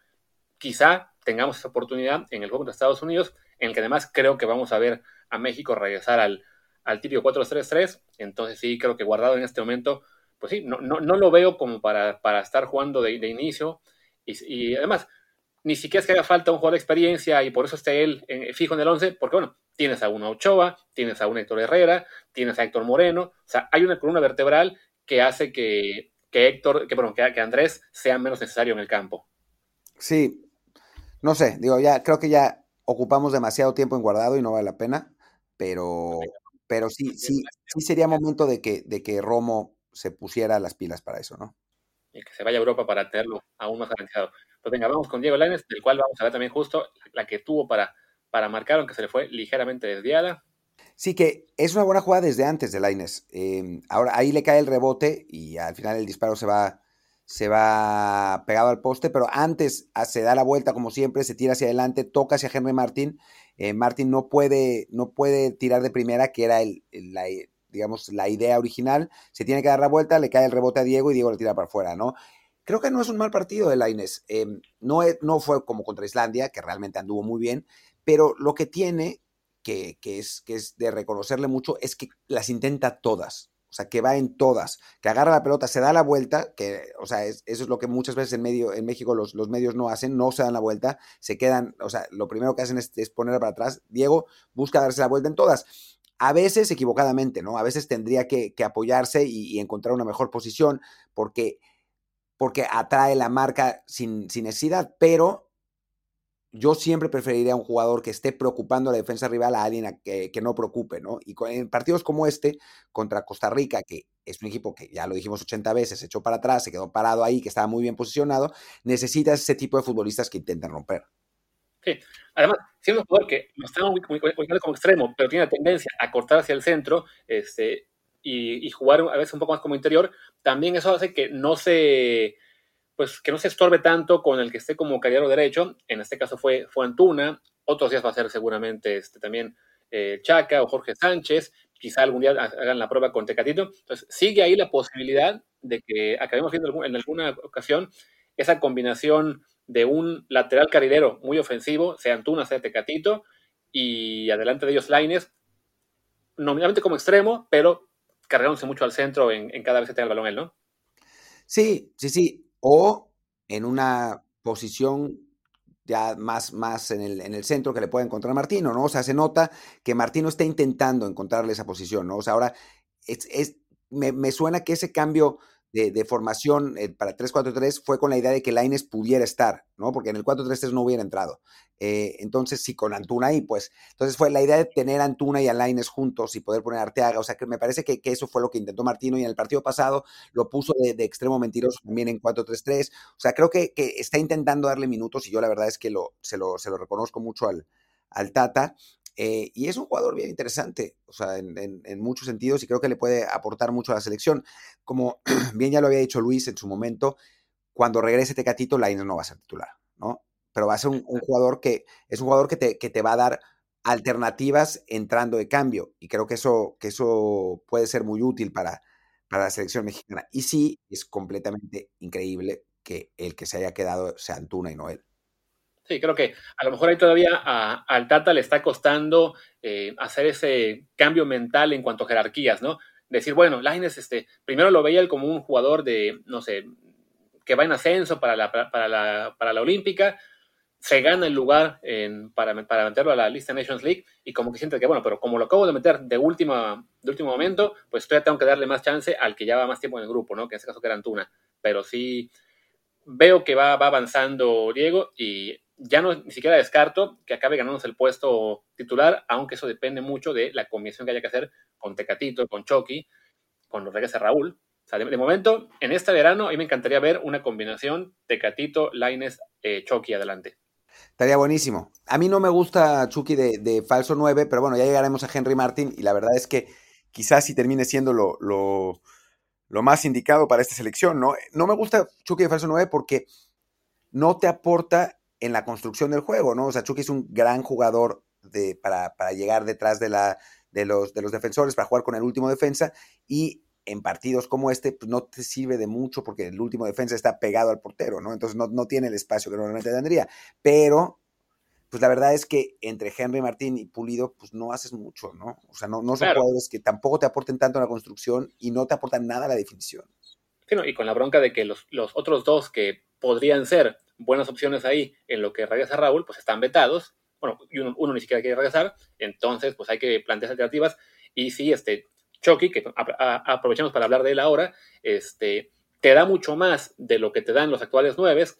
Speaker 2: quizá tengamos esa oportunidad en el juego de Estados Unidos, en el que además creo que vamos a ver a México regresar al, al típico cuatro tres tres. Entonces sí, creo que Guardado en este momento, pues sí, no, no, no lo veo como para, para estar jugando de, de inicio. Y, y además, ni siquiera es que haga falta un jugador de experiencia y por eso esté él en, fijo en el once, porque bueno, tienes a una Ochoa, tienes a un Héctor Herrera, tienes a Héctor Moreno, o sea, hay una columna vertebral que hace que, que Héctor, que, bueno, que, que Andrés sea menos necesario en el campo.
Speaker 1: Sí, no sé, digo, ya creo que ya ocupamos demasiado tiempo en Guardado y no vale la pena, pero, pero sí, sí, sí sería momento de que, de que Romo se pusiera las pilas para eso, ¿no?
Speaker 2: Y que se vaya a Europa para tenerlo aún más garantizado. Pues venga, vamos con Diego Lainez, del cual vamos a ver también justo la que tuvo para, para marcar, aunque se le fue ligeramente desviada.
Speaker 1: Sí, que es una buena jugada desde antes de Lainez. Eh, ahora ahí le cae el rebote y al final el disparo se va, se va pegado al poste, pero antes se da la vuelta como siempre, se tira hacia adelante, toca hacia Henry Martin. Eh, Martin no puede, no puede tirar de primera, que era el, el, la, digamos, la idea original. Se tiene que dar la vuelta, le cae el rebote a Diego y Diego lo tira para afuera, ¿no? Creo que no es un mal partido de Lainez. Eh, no, no fue como contra Islandia, que realmente anduvo muy bien, pero lo que tiene que, que, es, que es de reconocerle mucho, es que las intenta todas. O sea, que va en todas, que agarra la pelota, se da la vuelta, que, o sea, es, eso es lo que muchas veces en, medio, en México los, los medios no hacen, no se dan la vuelta, se quedan, o sea, lo primero que hacen es, es ponerla para atrás. Diego busca darse la vuelta en todas. A veces equivocadamente, ¿no? A veces tendría que, que apoyarse y, y encontrar una mejor posición porque, porque atrae la marca sin, sin necesidad, pero yo siempre preferiría a un jugador que esté preocupando a la defensa rival a alguien a que, que no preocupe, ¿no? Y con, en partidos como este, contra Costa Rica, que es un equipo que ya lo dijimos ochenta veces, se echó para atrás, se quedó parado ahí, que estaba muy bien posicionado, necesitas ese tipo de futbolistas que intentan romper.
Speaker 2: Sí, además, siendo un jugador que no está muy, muy, muy como extremo, pero tiene la tendencia a cortar hacia el centro, este, y, y jugar a veces un poco más como interior, también eso hace que no se, pues, que no se estorbe tanto con el que esté como carrilero derecho. En este caso fue, fue Antuna, otros días va a ser seguramente este, también eh, Chaca o Jorge Sánchez, quizá algún día hagan la prueba con Tecatito. Entonces sigue ahí la posibilidad de que acabemos viendo en alguna ocasión esa combinación de un lateral carrilero muy ofensivo, sea Antuna, sea Tecatito, y adelante de ellos Lainez, nominalmente como extremo, pero cargándose mucho al centro en, en cada vez que tenga el balón él, ¿no?
Speaker 1: Sí, sí, sí. O en una posición ya más, más en, el, en el centro que le pueda encontrar Martino, ¿no? O sea, se nota que Martino está intentando encontrarle esa posición, ¿no? O sea, ahora es, es, me, me suena que ese cambio de, de formación eh, para tres cuatro tres fue con la idea de que Lainez pudiera estar, ¿no? Porque en el cuatro tres tres no hubiera entrado. Eh, entonces, sí, con Antuna ahí, pues. Entonces fue la idea de tener a Antuna y a Lainez juntos y poder poner a Arteaga. O sea, que me parece que, que eso fue lo que intentó Martino y en el partido pasado lo puso de, de extremo mentiroso también en cuatro tres tres. O sea, creo que, que está intentando darle minutos y yo la verdad es que lo, se, lo, se lo reconozco mucho al, al Tata. Eh, y es un jugador bien interesante, o sea, en, en, en, muchos sentidos, y creo que le puede aportar mucho a la selección. Como bien ya lo había dicho Luis en su momento, cuando regrese Tecatito, Lainez no va a ser titular, ¿no? Pero va a ser un, un jugador que es un jugador que te, que te va a dar alternativas entrando de cambio, y creo que eso, que eso puede ser muy útil para, para la selección mexicana. Y sí, es completamente increíble que el que se haya quedado sea Antuna y no él.
Speaker 2: Sí, creo que a lo mejor ahí todavía a, al Tata le está costando eh, hacer ese cambio mental en cuanto a jerarquías, ¿no? Decir, bueno, Lainez, este, primero lo veía él como un jugador de, no sé, que va en ascenso para la, para la, para la Olímpica, se gana el lugar en, para, para meterlo a la lista Nations League y como que siente que, bueno, pero como lo acabo de meter de, última, de último momento, pues todavía tengo que darle más chance al que ya va más tiempo en el grupo, ¿no? Que en este caso que era Antuna. Pero sí veo que va, va avanzando Diego y ya no ni siquiera descarto que acabe ganándose el puesto titular, aunque eso depende mucho de la combinación que haya que hacer con Tecatito, con Chucky, cuando regrese Raúl. O sea, de, de momento, en este verano, a mí me encantaría ver una combinación Tecatito, Lainez, eh, Chucky adelante.
Speaker 1: Estaría buenísimo. A mí no me gusta Chucky de, de falso nueve, pero bueno, ya llegaremos a Henry Martin y la verdad es que quizás sí termine siendo lo, lo, lo más indicado para esta selección, ¿no? No me gusta Chucky de falso nueve porque no te aporta en la construcción del juego, ¿no? O sea, Chucky es un gran jugador de, para, para llegar detrás de, la, de, los, de los defensores, para jugar con el último defensa, y en partidos como este, pues no te sirve de mucho porque el último defensa está pegado al portero, ¿no? Entonces no, no tiene el espacio que normalmente tendría. Pero, pues la verdad es que entre Henry Martín y Pulido, pues no haces mucho, ¿no? O sea, no, no son
Speaker 2: Claro.
Speaker 1: jugadores que tampoco te aporten tanto en la construcción y no te aportan nada a la definición.
Speaker 2: Sí, no, y con la bronca de que los, los otros dos que podrían ser buenas opciones ahí en lo que regresa Raúl, pues están vetados. Bueno, y uno, uno ni siquiera quiere regresar, entonces pues hay que plantear alternativas. Y sí, este Chucky, que a, a, aprovechamos para hablar de él ahora, este, te da mucho más de lo que te dan los actuales nueves,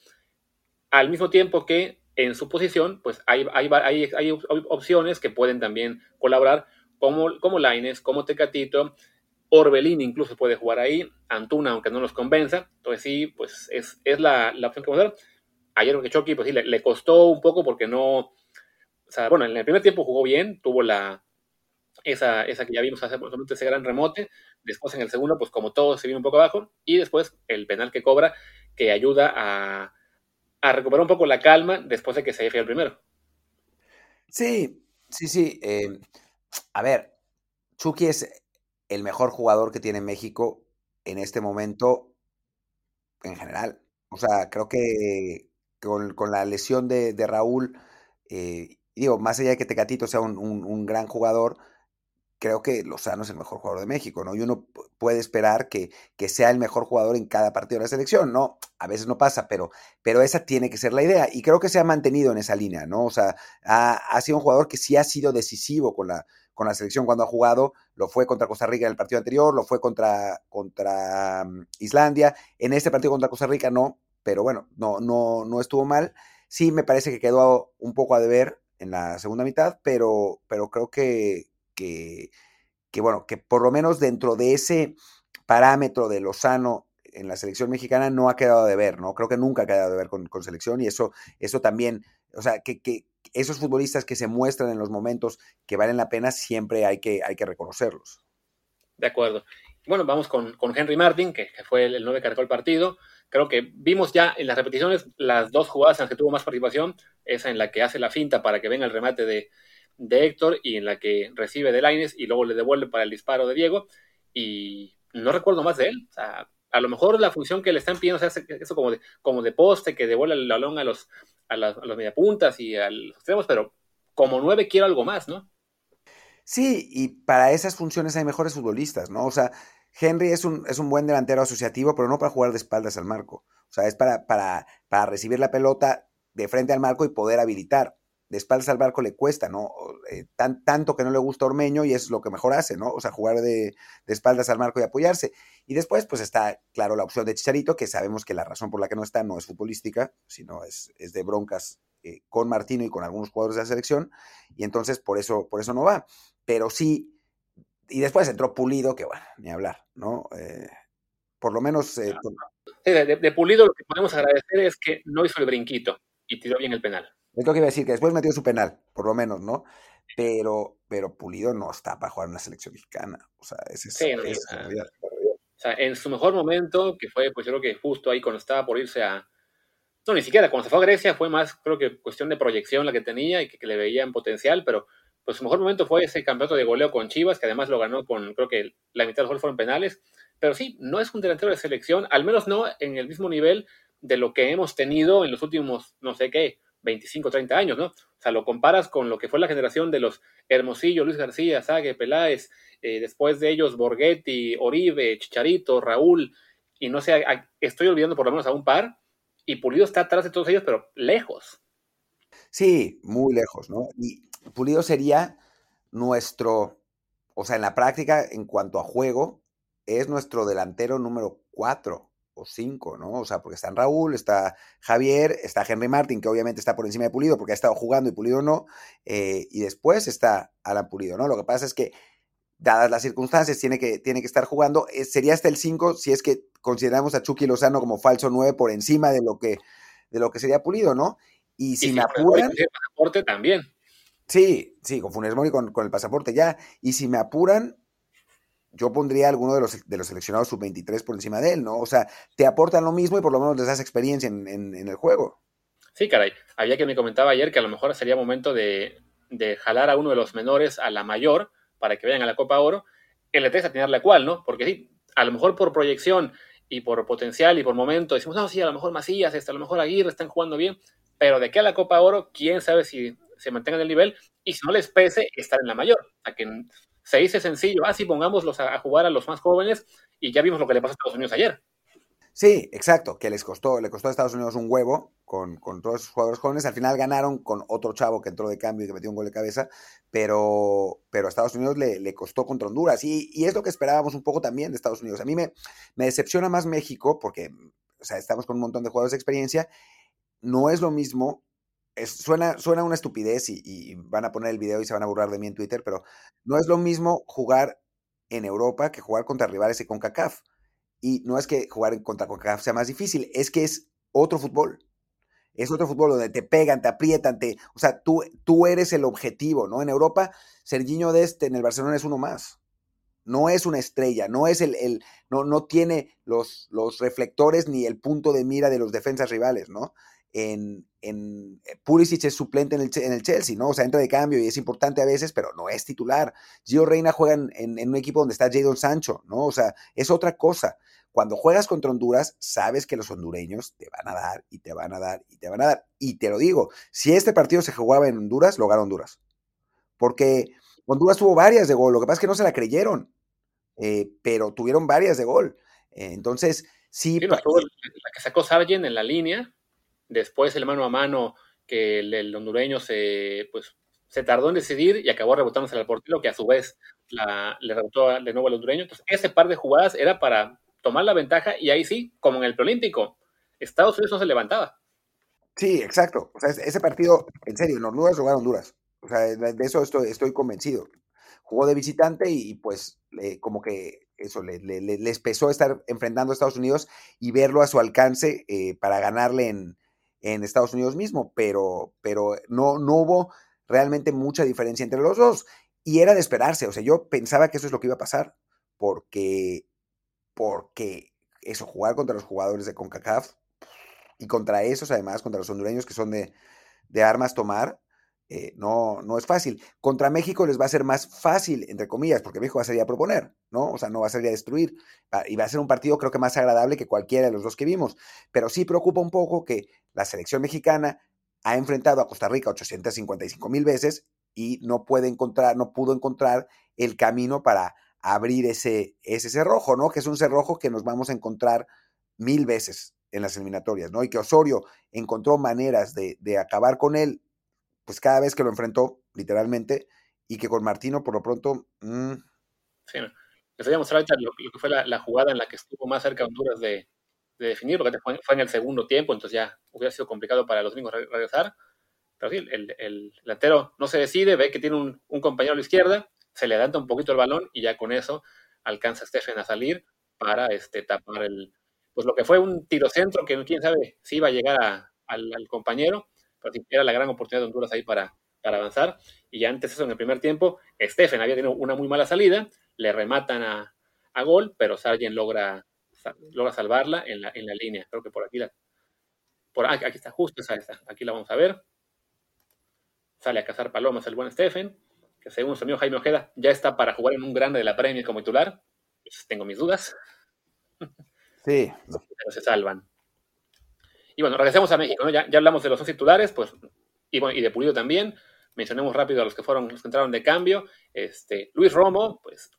Speaker 2: al mismo tiempo que en su posición, pues hay, hay, hay, hay opciones que pueden también colaborar, como, como Lainez, como Tecatito, Orbelín incluso puede jugar ahí, Antuna, aunque no nos convenza. Entonces sí, pues es, es la, la opción que vamos a ver. Ayer que Chucky, pues sí, le, le costó un poco porque no, o sea, bueno, en el primer tiempo jugó bien, tuvo la, esa, esa que ya vimos hace ese gran remote, después en el segundo, pues como todo se vino un poco abajo, y después el penal que cobra, que ayuda a, a recuperar un poco la calma después de que se haya el primero.
Speaker 1: Sí, sí, sí. Eh, a ver, Chucky es el mejor jugador que tiene México en este momento en general. O sea, creo que con, con la lesión de, de Raúl, eh, digo, más allá de que Tecatito sea un, un, un gran jugador, creo que Lozano es el mejor jugador de México, ¿no? Y uno puede esperar que, que sea el mejor jugador en cada partido de la selección, ¿no? A veces no pasa, pero, pero esa tiene que ser la idea. Y creo que se ha mantenido en esa línea, ¿no? O sea, ha, ha sido un jugador que sí ha sido decisivo con la, con la selección cuando ha jugado. Lo fue contra Costa Rica en el partido anterior, lo fue contra, contra um, Islandia. En este partido contra Costa Rica no, pero bueno, no, no, no estuvo mal. Sí me parece que quedó un poco a deber en la segunda mitad, pero, pero creo que, que, que, bueno, que por lo menos dentro de ese parámetro de Lozano en la selección mexicana no ha quedado de ver, ¿no? Creo que nunca ha quedado de ver con, con selección y eso, eso también, o sea, que, que esos futbolistas que se muestran en los momentos que valen la pena siempre hay que, hay que reconocerlos.
Speaker 2: De acuerdo. Bueno, vamos con, con Henry Martin, que, que fue el, el nueve que arrancó el partido. Creo que vimos ya en las repeticiones las dos jugadas en las que tuvo más participación, esa en la que hace la finta para que venga el remate de, de Héctor y en la que recibe de Lainez y luego le devuelve para el disparo de Diego, y no recuerdo más de él. O sea, a lo mejor la función que le están pidiendo es eso como de, como de poste, que devuelve el balón a los, a las, a los mediapuntas y a los extremos, pero como nueve quiero algo más, ¿no?
Speaker 1: Sí, y para esas funciones hay mejores futbolistas, ¿no? O sea, Henry es un, es un buen delantero asociativo, pero no para jugar de espaldas al marco. O sea, es para, para, para recibir la pelota de frente al marco y poder habilitar. De espaldas al marco le cuesta, ¿no? Eh, tan, tanto que no le gusta a Ormeño y es lo que mejor hace, ¿no? O sea, jugar de, de espaldas al marco y apoyarse. Y después, pues está, claro, la opción de Chicharito, que sabemos que la razón por la que no está no es futbolística, sino es, es de broncas eh, con Martino y con algunos jugadores de la selección, y entonces por eso, por eso no va. Pero sí, y después entró Pulido, que bueno, ni hablar, ¿no? Eh, por lo menos... Eh, por...
Speaker 2: Sí, de, de Pulido lo que podemos agradecer es que no hizo el brinquito y tiró bien el penal.
Speaker 1: Es lo que iba a decir, que después metió su penal, por lo menos, ¿no? Pero, pero Pulido no está para jugar en la selección mexicana. O sea, ese es,
Speaker 2: sí, no,
Speaker 1: ese es
Speaker 2: o,
Speaker 1: la realidad.
Speaker 2: O sea, en su mejor momento, que fue, pues yo creo que justo ahí cuando estaba por irse a... No, ni siquiera, cuando se fue a Grecia fue más, creo que cuestión de proyección la que tenía y que, que le veían potencial, pero pues su mejor momento fue ese campeonato de goleo con Chivas, que además lo ganó con, creo que la mitad de los goles fueron penales, pero sí, no es un delantero de selección, al menos no en el mismo nivel de lo que hemos tenido en los últimos, no sé qué, veinticinco, treinta años, ¿no? O sea, lo comparas con lo que fue la generación de los Hermosillo, Luis García, Sague, Peláez, eh, después de ellos Borghetti, Oribe, Chicharito, Raúl, y no sé, a, estoy olvidando por lo menos a un par, y Pulido está atrás de todos ellos, pero lejos.
Speaker 1: Sí, muy lejos, ¿no? Y Pulido sería nuestro, o sea, en la práctica, en cuanto a juego, es nuestro delantero número cuatro o cinco, ¿no? O sea, porque están Raúl, está Javier, está Henry Martin, que obviamente está por encima de Pulido porque ha estado jugando y Pulido no, eh, y después está Alan Pulido, ¿no? Lo que pasa es que, dadas las circunstancias, tiene que, tiene que estar jugando. Eh, sería hasta el cinco si es que consideramos a Chucky Lozano como falso nueve por encima de lo que, de lo que sería Pulido, ¿no? Y si, y si me apuran...
Speaker 2: El pasaporte también.
Speaker 1: Sí, sí, con Funes Mori con, con el pasaporte ya. Y si me apuran, yo pondría a alguno de los, de los seleccionados sub veintitrés por encima de él, ¿no? O sea, te aportan lo mismo y por lo menos les das experiencia en, en, en el juego.
Speaker 2: Sí, caray. Había que me comentaba ayer que a lo mejor sería momento de, de jalar a uno de los menores a la mayor para que vayan a la Copa Oro. El E T S a tenerla cual, ¿no? Porque sí, a lo mejor por proyección y por potencial y por momento decimos, no, sí, a lo mejor Macías, este, a lo mejor Aguirre están jugando bien, pero de qué a la Copa Oro, quién sabe si se mantengan el nivel y si no les pese estar en la mayor. O sea, que se dice sencillo, ah, sí, pongámoslos a, a jugar a los más jóvenes y ya vimos lo que le pasó a Estados Unidos ayer.
Speaker 1: Sí, exacto, que les costó, le costó a Estados Unidos un huevo con, con todos esos jugadores jóvenes. Al final ganaron con otro chavo que entró de cambio y que metió un gol de cabeza, pero, pero a Estados Unidos le, le costó contra Honduras. Y, y es lo que esperábamos un poco también de Estados Unidos. A mí me, me decepciona más México porque, o sea, estamos con un montón de jugadores de experiencia. No es lo mismo. Es, suena, suena una estupidez y, y van a poner el video y se van a burlar de mí en Twitter, pero no es lo mismo jugar en Europa que jugar contra rivales de CONCACAF. Y no es que jugar contra CONCACAF sea más difícil, es que es otro fútbol. Es otro fútbol donde te pegan, te aprietan, te, o sea, tú, tú eres el objetivo, ¿no? En Europa, Serginho Dest en el Barcelona es uno más. No es una estrella, no es el, el no, no tiene los, los reflectores ni el punto de mira de los defensas rivales, ¿no? En, en Pulisic es suplente en el, en el Chelsea, ¿no? O sea, entra de cambio y es importante a veces, pero no es titular. Gio Reyna juega en, en, en un equipo donde está Jadon Sancho, ¿no? O sea, es otra cosa. Cuando juegas contra Honduras, sabes que los hondureños te van a dar y te van a dar y te van a dar. Y te lo digo, si este partido se jugaba en Honduras, lo gana Honduras. Porque Honduras tuvo varias de gol, lo que pasa es que no se la creyeron, eh, pero tuvieron varias de gol. Eh, entonces, sí.
Speaker 2: sí pa- tuvo la, la que sacó Sargent en la línea, después el mano a mano que el, el hondureño se, pues, se tardó en decidir y acabó rebotándose al portero, que a su vez la, le rebotó de nuevo al hondureño. Entonces, ese par de jugadas era para tomar la ventaja y ahí sí, como en el preolímpico, Estados Unidos no se levantaba.
Speaker 1: Sí, exacto. O sea, ese partido, en serio, en Honduras jugaron Honduras. O sea, de eso estoy, estoy convencido. Jugó de visitante y, y pues le, como que eso le, le, les pesó estar enfrentando a Estados Unidos y verlo a su alcance eh, para ganarle en, en Estados Unidos mismo, pero, pero no, no hubo realmente mucha diferencia entre los dos y era de esperarse. O sea, yo pensaba que eso es lo que iba a pasar porque, porque eso, jugar contra los jugadores de CONCACAF y contra esos, además, contra los hondureños que son de, de armas tomar, eh, no, no es fácil. Contra México les va a ser más fácil, entre comillas, porque México va a salir a proponer, ¿no? O sea, no va a salir a destruir. Y va a ser un partido, creo que más agradable que cualquiera de los dos que vimos. Pero sí preocupa un poco que la selección mexicana ha enfrentado a Costa Rica ochocientas cincuenta y cinco mil veces y no puede encontrar, no pudo encontrar el camino para abrir ese, ese cerrojo, ¿no? Que es un cerrojo que nos vamos a encontrar mil veces en las eliminatorias, ¿no? Y que Osorio encontró maneras de, de acabar con él, pues cada vez que lo enfrentó, literalmente, y que con Martino, por lo pronto... Mmm...
Speaker 2: Sí, no. Les voy a mostrar ahorita lo, lo que fue la, la jugada en la que estuvo más cerca Honduras de, de definir, porque fue, fue en el segundo tiempo, entonces ya hubiera sido complicado para los gringos regresar. Pero sí, el, el delantero no se decide, ve que tiene un, un compañero a la izquierda, se le adelanta un poquito el balón y ya con eso alcanza Stephen a salir para este, tapar el, pues lo que fue un tirocentro que quién sabe si iba a llegar a, al, al compañero, pero sí, era la gran oportunidad de Honduras ahí para, para avanzar. Y ya antes eso, en el primer tiempo, Stephen había tenido una muy mala salida, le rematan a, a gol, pero Sargent logra, logra salvarla en la, en la línea. Creo que por aquí la, por aquí, aquí está justo esa, esa, aquí la vamos a ver. Sale a cazar palomas el buen Stephen, que según su amigo Jaime Ojeda ya está para jugar en un grande de la Premier como titular. Pues tengo mis dudas.
Speaker 1: Sí.
Speaker 2: Pero se salvan. Y bueno, regresemos a México, ¿no? Ya, ya hablamos de los dos titulares, pues, y, bueno, y de Pulido también. Mencionemos rápido a los que fueron, los que entraron de cambio. Este, Luis Romo, pues,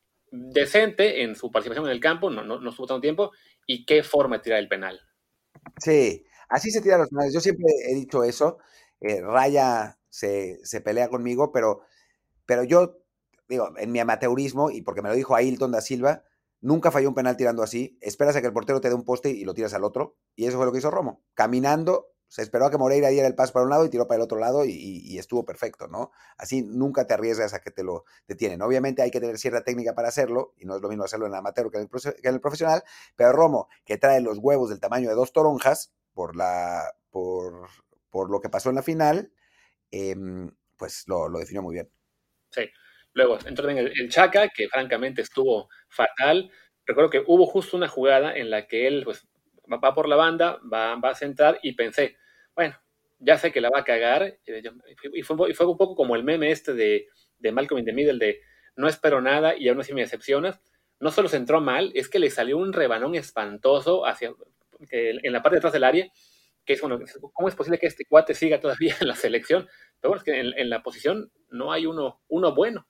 Speaker 2: decente en su participación en el campo, no, no, no estuvo tanto tiempo, y qué forma de tirar el penal.
Speaker 1: Sí, así se tiran los penales. Yo siempre he dicho eso. Eh, Raya se, se pelea conmigo, pero, pero yo, digo, en mi amateurismo, y porque me lo dijo Ailton da Silva, nunca falló un penal tirando así. Esperas a que el portero te dé un poste y lo tiras al otro. Y eso fue lo que hizo Romo. Caminando, se esperó a que Moreira diera el paso para un lado y tiró para el otro lado y, y, y estuvo perfecto, ¿no? Así nunca te arriesgas a que te lo detienen. Obviamente hay que tener cierta técnica para hacerlo, y no es lo mismo hacerlo en el amateur que en el, que en el profesional, pero Romo, que trae los huevos del tamaño de dos toronjas por, la, por, por lo que pasó en la final, eh, pues lo, lo definió muy bien.
Speaker 2: Sí. Luego entró también el, el Chaca, que francamente estuvo fatal. Recuerdo que hubo justo una jugada en la que él pues, va, va por la banda, va, va a centrar, y pensé, bueno, ya sé que la va a cagar. Y fue, y fue un poco como el meme este de, de Malcolm in the Middle, de no espero nada y aún así me decepcionas. No solo se entró mal, es que le salió un rebanón espantoso hacia, en la parte de atrás del área, que es, bueno, ¿cómo es posible que este cuate siga todavía en la selección? Pero bueno, es que en, en la posición no hay uno, uno bueno.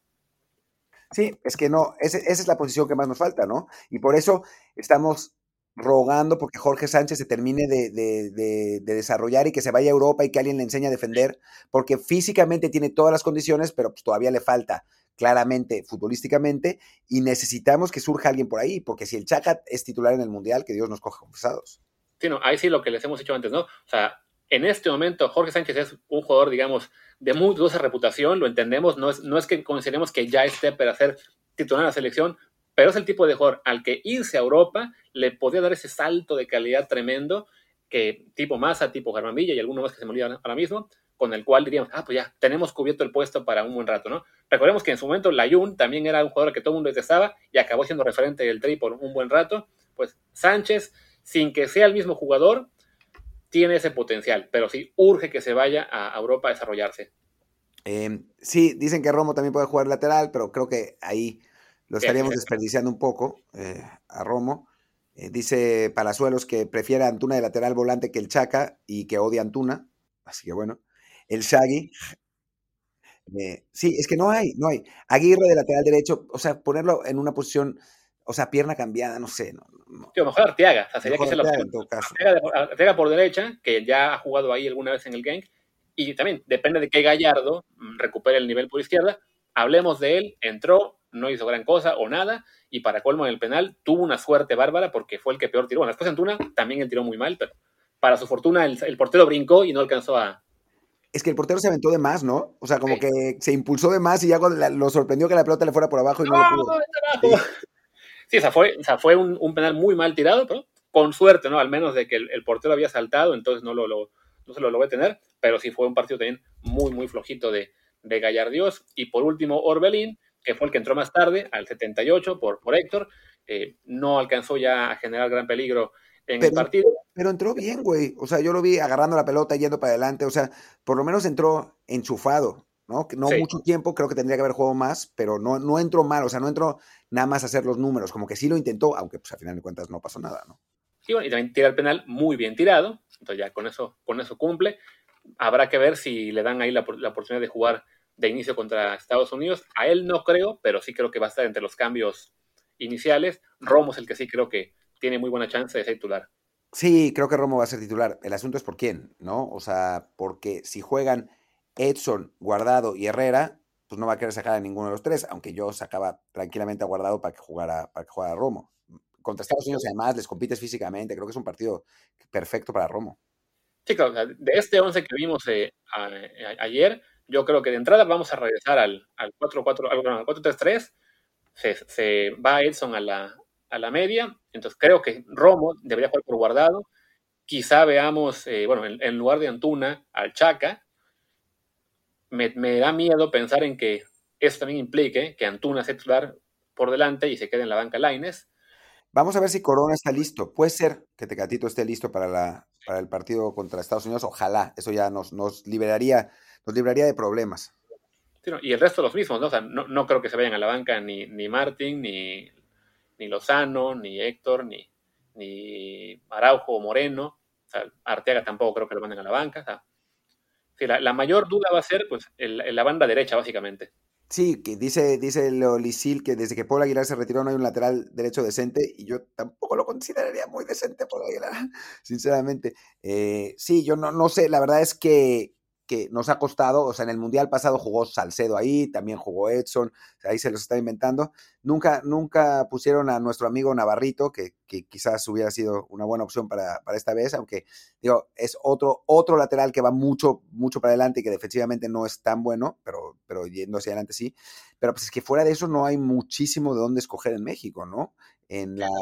Speaker 1: Sí, es que no, ese, esa es la posición que más nos falta, ¿no? Y por eso estamos rogando porque Jorge Sánchez se termine de, de, de, de desarrollar y que se vaya a Europa y que alguien le enseñe a defender, porque físicamente tiene todas las condiciones, pero pues todavía le falta claramente futbolísticamente, y necesitamos que surja alguien por ahí, porque si el Chaca es titular en el Mundial, que Dios nos coja confesados.
Speaker 2: Sí, no, ahí sí lo que les hemos dicho antes, ¿no? O sea, en este momento Jorge Sánchez es un jugador, digamos, de muy dudosa reputación, lo entendemos, no es, no es que consideremos que ya esté para ser titular en la selección, pero es el tipo de jugador al que irse a Europa le podría dar ese salto de calidad tremendo, que tipo Massa, tipo Germán Villa y alguno más que se me olvida ahora mismo, con el cual diríamos, ah, pues ya, tenemos cubierto el puesto para un buen rato, ¿no? Recordemos que en su momento Layún también era un jugador que todo el mundo detestaba y acabó siendo referente del Tri por un buen rato. Pues Sánchez, sin que sea el mismo jugador, tiene ese potencial, pero sí urge que se vaya a Europa a desarrollarse.
Speaker 1: Eh, sí, dicen que Romo también puede jugar lateral, pero creo que ahí lo estaríamos desperdiciando un poco eh, a Romo. Eh, dice Palazuelos que prefiere a Antuna de lateral volante que el Chaca y que odia a Antuna, así que bueno. El Shaggy. Eh, sí, es que no hay, no hay. Aguirre de lateral derecho, o sea, ponerlo en una posición, o sea, pierna cambiada, no sé. No, no.
Speaker 2: Tío, mejor Arteaga, o sea, sería
Speaker 1: mejor
Speaker 2: que
Speaker 1: Arteaga,
Speaker 2: la
Speaker 1: en todo caso.
Speaker 2: Arteaga, Arteaga por derecha, que ya ha jugado ahí alguna vez en el Genk, y también depende de que Gallardo recupere el nivel por izquierda. Hablemos de él, entró, no hizo gran cosa o nada, y para colmo en el penal tuvo una suerte bárbara porque fue el que peor tiró. Bueno, después Antuna también él tiró muy mal, pero para su fortuna el, el portero brincó y no alcanzó a...
Speaker 1: Es que el portero se aventó de más, ¿no? O sea, como
Speaker 2: Sí.
Speaker 1: que se impulsó de más y ya la, lo sorprendió que la pelota le fuera por abajo y no, no lo pudo.
Speaker 2: Sí, sí, o sea, fue, o sea, fue un, un penal muy mal tirado, pero con suerte, ¿no? Al menos de que el, el portero había saltado, entonces no, lo, lo, no se lo logró tener, pero sí fue un partido también muy, muy flojito de, de Gallardios. Y por último, Orbelín, que fue el que entró más tarde, al setenta y ocho, por, por Héctor. Eh, no alcanzó ya a generar gran peligro en
Speaker 1: pero,
Speaker 2: el partido.
Speaker 1: Pero entró bien, güey. O sea, yo lo vi agarrando la pelota y yendo para adelante. O sea, por lo menos entró enchufado, ¿no? No
Speaker 2: Sí.
Speaker 1: mucho tiempo, creo que tendría que haber jugado más, pero no, no entró mal. O sea, no entró nada más a hacer los números. Como que sí lo intentó, aunque pues al final de cuentas no pasó nada, ¿no?
Speaker 2: Sí, bueno, y también tira el penal muy bien tirado. Entonces ya con eso, con eso cumple. Habrá que ver si le dan ahí la, la oportunidad de jugar de inicio contra Estados Unidos. A él no creo, pero sí creo que va a estar entre los cambios iniciales. Romo es el que sí creo que tiene muy buena chance de ser titular.
Speaker 1: Sí, creo que Romo va a ser titular. El asunto es por quién, ¿no? O sea, porque si juegan Edson, Guardado y Herrera, pues no va a querer sacar a ninguno de los tres, aunque yo sacaba tranquilamente a Guardado para que jugara, para que jugara Romo. Contra Estados Unidos, además, les compites físicamente. Creo que es un partido perfecto para Romo.
Speaker 2: Sí, claro, o sea, de este once que vimos eh, a, a, ayer, yo creo que de entrada vamos a regresar al, al cuatro cuatro, al cuatro tres tres. Se, se va Edson a la, a la media. Entonces creo que Romo debería jugar por Guardado. Quizá veamos, eh, bueno, en, en lugar de Antuna, al Chaca. Me, me da miedo pensar en que eso también implique que Antuna sea titular por delante y se quede en la banca Lainez.
Speaker 1: Vamos a ver si Corona está listo. Puede ser que Tecatito esté listo para, la, para el partido contra Estados Unidos. Ojalá. Eso ya nos, nos, liberaría, nos liberaría de problemas.
Speaker 2: Sí, no, y el resto los mismos, ¿no? O sea, no, no creo que se vayan a la banca ni, ni Martín, ni, ni Lozano, ni Héctor, ni, ni Araujo o Moreno. O sea, Arteaga tampoco creo que lo manden a la banca. O sea, sí, la, la mayor duda va a ser pues el, el, la banda derecha, básicamente.
Speaker 1: Sí, que dice, dice Lolisil que desde que Paul Aguilar se retiró no hay un lateral derecho decente, y yo tampoco lo consideraría muy decente Paul Aguilar, sinceramente. Eh, sí, yo no, no sé, la verdad es que, que nos ha costado, o sea, en el Mundial pasado jugó Salcedo ahí, también jugó Edson, o sea, ahí se los está inventando. Nunca, nunca pusieron a nuestro amigo Navarrito, que, que quizás hubiera sido una buena opción para, para esta vez, aunque digo, es otro, otro lateral que va mucho, mucho para adelante y que defensivamente no es tan bueno, pero, pero yendo hacia adelante sí. Pero pues es que fuera de eso no hay muchísimo de dónde escoger en México, ¿no? En la...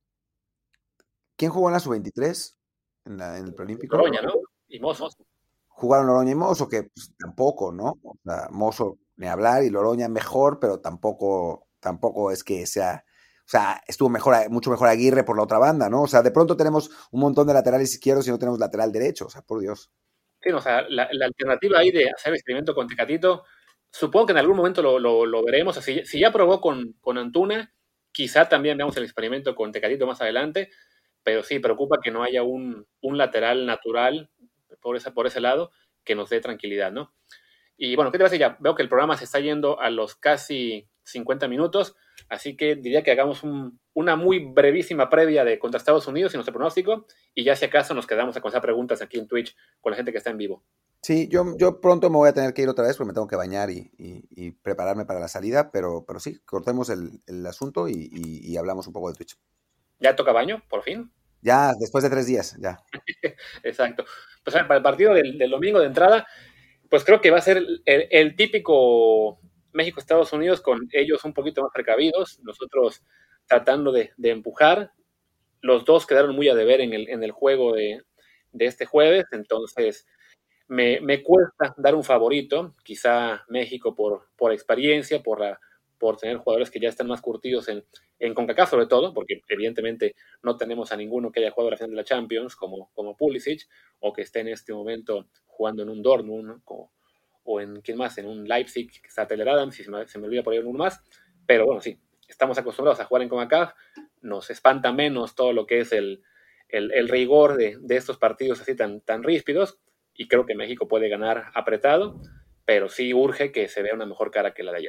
Speaker 1: ¿Quién jugó en la sub veintitrés? En, la, en el preolímpico.
Speaker 2: Loroña, ¿no? Y Mozo.
Speaker 1: Jugaron Loroña y Mozo, que pues, tampoco, ¿no? O sea, Mozo ni hablar y Loroña mejor, pero tampoco, tampoco es que sea... O sea, estuvo mejor, mucho mejor Aguirre por la otra banda, ¿no? O sea, de pronto tenemos un montón de laterales izquierdos y no tenemos lateral derecho, o sea, por Dios.
Speaker 2: Sí, o sea, la, la alternativa ahí de hacer el experimento con Tecatito, supongo que en algún momento lo, lo, lo veremos. Si, si ya probó con, con Antuna, quizá también veamos el experimento con Tecatito más adelante, pero sí, preocupa que no haya un, un lateral natural por, esa, por ese lado que nos dé tranquilidad, ¿no? Y bueno, ¿qué te parece? Ya veo que el programa se está yendo a los casi cincuenta minutos, así que diría que hagamos un, una muy brevísima previa de contra Estados Unidos y nuestro pronóstico, y ya si acaso nos quedamos a contestar preguntas aquí en Twitch con la gente que está en vivo.
Speaker 1: Sí, yo, yo pronto me voy a tener que ir otra vez porque me tengo que bañar y, y, y prepararme para la salida, pero, pero sí, cortemos el, el asunto y, y, y hablamos un poco de Twitch.
Speaker 2: ¿Ya toca baño, por fin?
Speaker 1: Ya, después de tres días, ya.
Speaker 2: Exacto. Pues a ver, para el partido del, del domingo de entrada, pues creo que va a ser el, el típico México-Estados Unidos con ellos un poquito más precavidos, nosotros tratando de, de empujar. Los dos quedaron muy a deber en el, en el juego de, de este jueves, entonces me, me cuesta dar un favorito, quizá México por, por experiencia, por, la, por tener jugadores que ya están más curtidos en, en CONCACAF sobre todo, porque evidentemente no tenemos a ninguno que haya jugado la final de la Champions, como, como Pulisic, o que esté en este momento jugando en un Dortmund, ¿no? Como, o en, ¿quién más? En un Leipzig, que está Tyler Adams, si se me, se me olvida por ahí uno más, pero bueno, sí, estamos acostumbrados a jugar en CONCACAF, nos espanta menos todo lo que es el, el, el rigor de, de estos partidos así tan, tan ríspidos, y creo que México puede ganar apretado, pero sí urge que se vea una mejor cara que la de ayer.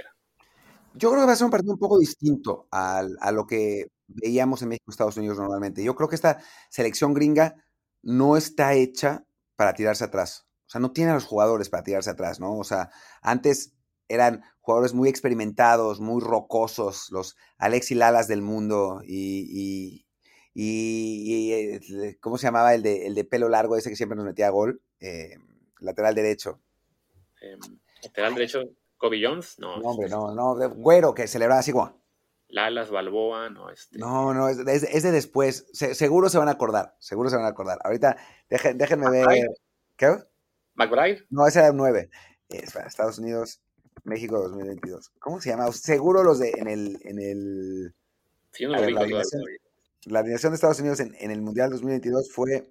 Speaker 1: Yo creo que va a ser un partido un poco distinto a, a lo que veíamos en México y Estados Unidos normalmente. Yo creo que esta selección gringa no está hecha para tirarse atrás. O sea, no tiene a los jugadores para tirarse atrás, ¿no? O sea, antes eran jugadores muy experimentados, muy rocosos, los Alexis Lalas del mundo y, y, y, y ¿cómo se llamaba el de, el de pelo largo ese que siempre nos metía gol? Eh, lateral derecho.
Speaker 2: Eh, lateral derecho, Kobe Jones, no.
Speaker 1: No, hombre, no, no, de Güero, que celebraba así como...
Speaker 2: Lalas, Balboa, no, este...
Speaker 1: No, no, es, es, es de después. Se, seguro se van a acordar, seguro se van a acordar. Ahorita, deje, déjenme ver... ¿Qué?
Speaker 2: ¿McBride?
Speaker 1: No, ese era el nueve. Es para Estados Unidos. México dos mil veintidós. ¿Cómo se llama? Seguro los de en el... En el
Speaker 2: sí, no lo
Speaker 1: ver,
Speaker 2: vi,
Speaker 1: la, alineación, la alineación de Estados Unidos en, en el Mundial dos mil veintidós fue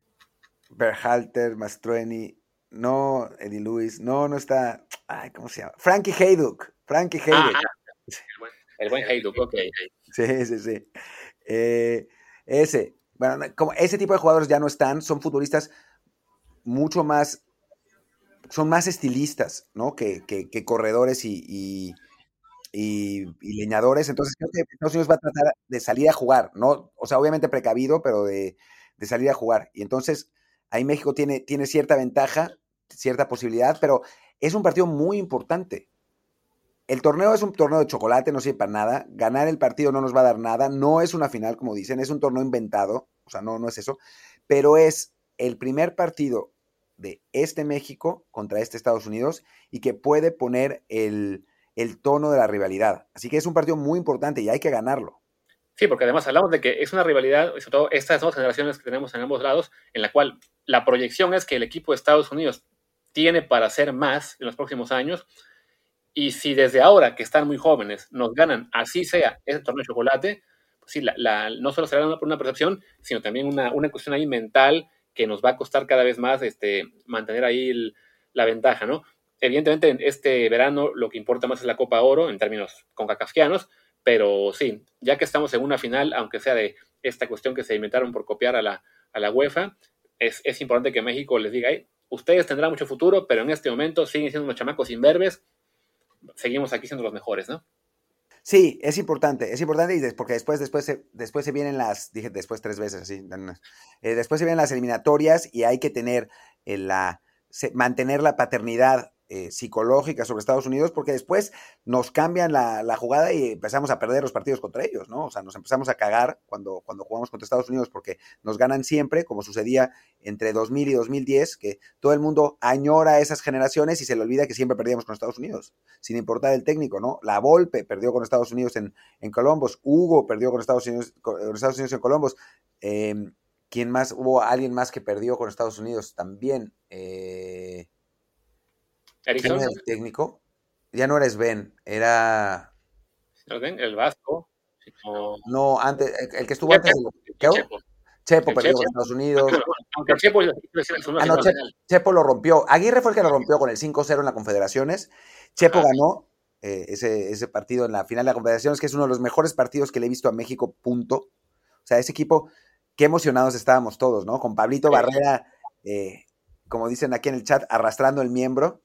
Speaker 1: Berhalter, Mastroeni, no Eddie Lewis, no, no está... Ay, ¿cómo se llama? Frankie Hejduk. Frankie Hejduk. Ah,
Speaker 2: el buen, el buen Hejduk, ok.
Speaker 1: Sí, sí, sí. Eh, ese, bueno, como ese tipo de jugadores ya no están, son futuristas mucho más, son más estilistas, ¿no? Que, que, que corredores y, y, y, y leñadores. Entonces creo que Estados Unidos va a tratar de salir a jugar, ¿no? O sea, obviamente precavido, pero de, de salir a jugar. Y entonces ahí México tiene, tiene cierta ventaja, cierta posibilidad, pero es un partido muy importante. El torneo es un torneo de chocolate, no sirve para nada. Ganar el partido no nos va a dar nada. No es una final, como dicen, es un torneo inventado. O sea, no, no es eso. Pero es el primer partido de este México contra este Estados Unidos y que puede poner el, el tono de la rivalidad. Así que es un partido muy importante y hay que ganarlo.
Speaker 2: Sí, porque además hablamos de que es una rivalidad, sobre todo estas dos generaciones que tenemos en ambos lados, en la cual la proyección es que el equipo de Estados Unidos tiene para hacer más en los próximos años. Y si desde ahora, que están muy jóvenes, nos ganan, así sea, ese torneo de chocolate, pues sí, la, la, no solo será una, una percepción, sino también una, una cuestión ahí mental que nos va a costar cada vez más este, mantener ahí el, la ventaja, ¿no? Evidentemente, este verano lo que importa más es la Copa Oro, en términos concacafquianos, pero sí, ya que estamos en una final, aunque sea de esta cuestión que se inventaron por copiar a la, a la UEFA, es, es importante que México les diga, hey, ustedes tendrán mucho futuro, pero en este momento siguen siendo unos chamacos imberbes, seguimos aquí siendo los mejores, ¿no?
Speaker 1: Sí, es importante, es importante y des, porque después, después, se, después se vienen las, dije después tres veces así, eh, después se vienen las eliminatorias y hay que tener eh, la, se, mantener la paternidad eh, psicológica sobre Estados Unidos porque después nos cambian la, la jugada y empezamos a perder los partidos contra ellos, ¿no? O sea, nos empezamos a cagar cuando, cuando jugamos contra Estados Unidos porque nos ganan siempre, como sucedía entre dos mil y dos mil diez, que todo el mundo añora esas generaciones y se le olvida que siempre perdíamos con Estados Unidos, sin importar el técnico, ¿no? La Volpe perdió con Estados Unidos en, en Columbus, Hugo perdió con Estados Unidos, con Estados Unidos en Columbus, eh, ¿quién más? Hubo alguien más que perdió con Estados Unidos también, eh... ¿quién era el técnico? Ya no era Sven, era...
Speaker 2: ¿El Vasco? No,
Speaker 1: no antes, el, el que estuvo antes...
Speaker 2: Chepo.
Speaker 1: Chepo, Chepo perdió con Estados Unidos.
Speaker 2: Aunque Chepo,
Speaker 1: ah, no, Chepo, Chepo lo rompió. Aguirre fue el que lo rompió con el cinco cero en la Confederaciones. Chepo ah, ganó eh, ese, ese partido en la final de la Confederaciones, que es uno de los mejores partidos que le he visto a México, punto. O sea, ese equipo, qué emocionados estábamos todos, ¿no? Con Pablito sí. Barrera, eh, como dicen aquí en el chat, arrastrando el miembro.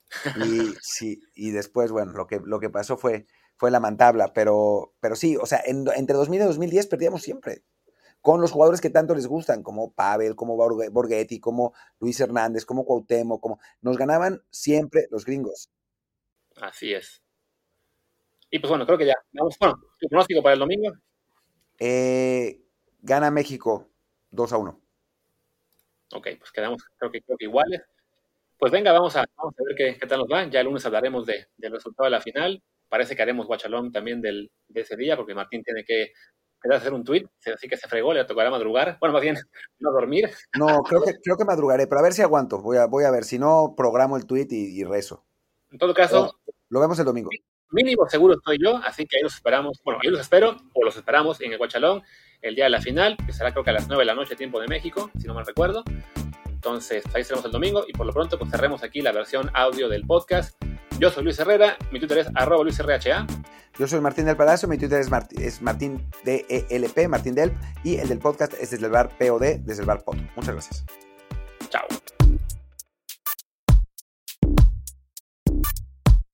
Speaker 1: Y, sí, y después, bueno, lo que, lo que pasó fue, fue la mantabla, pero, pero sí, o sea, en, entre dos mil y dos mil diez perdíamos siempre, con los jugadores que tanto les gustan, como Pavel, como Borghetti, como Luis Hernández, como Cuauhtémoc, como nos ganaban siempre los gringos.
Speaker 2: Así es. Y pues bueno, creo que ya, vamos, bueno, ¿tu pronóstico para el domingo?
Speaker 1: Eh, gana México dos a uno.
Speaker 2: Ok, pues quedamos, creo que, creo que iguales. Pues venga, vamos a, vamos a ver qué, qué tal nos va. Ya el lunes hablaremos de, del resultado de la final. Parece que haremos guachalón también del, de ese día, porque Martín tiene que, que hacer un tuit, así que se fregó, le tocará madrugar. Bueno, más bien, no dormir.
Speaker 1: No, creo que, creo que madrugaré, pero a ver si aguanto. Voy a, voy a ver, si no, programo el tuit y, y rezo.
Speaker 2: En todo caso...
Speaker 1: Pero lo vemos el domingo.
Speaker 2: Mínimo seguro estoy yo, así que ahí los esperamos. Bueno, ahí los espero, o los esperamos en el guachalón el día de la final, que será creo que a las nueve de la noche, tiempo de México, si no mal recuerdo. Entonces, ahí seremos el domingo y por lo pronto pues cerremos aquí la versión audio del podcast. Yo soy Luis Herrera, mi Twitter es arroba Luis R H A.
Speaker 1: Yo soy Martín del Palacio, mi Twitter es, Mart- es Martín D E L P, Martín Delp, y el del podcast es desde el bar P O D, desde el bar Poto. Muchas gracias.
Speaker 2: Chao.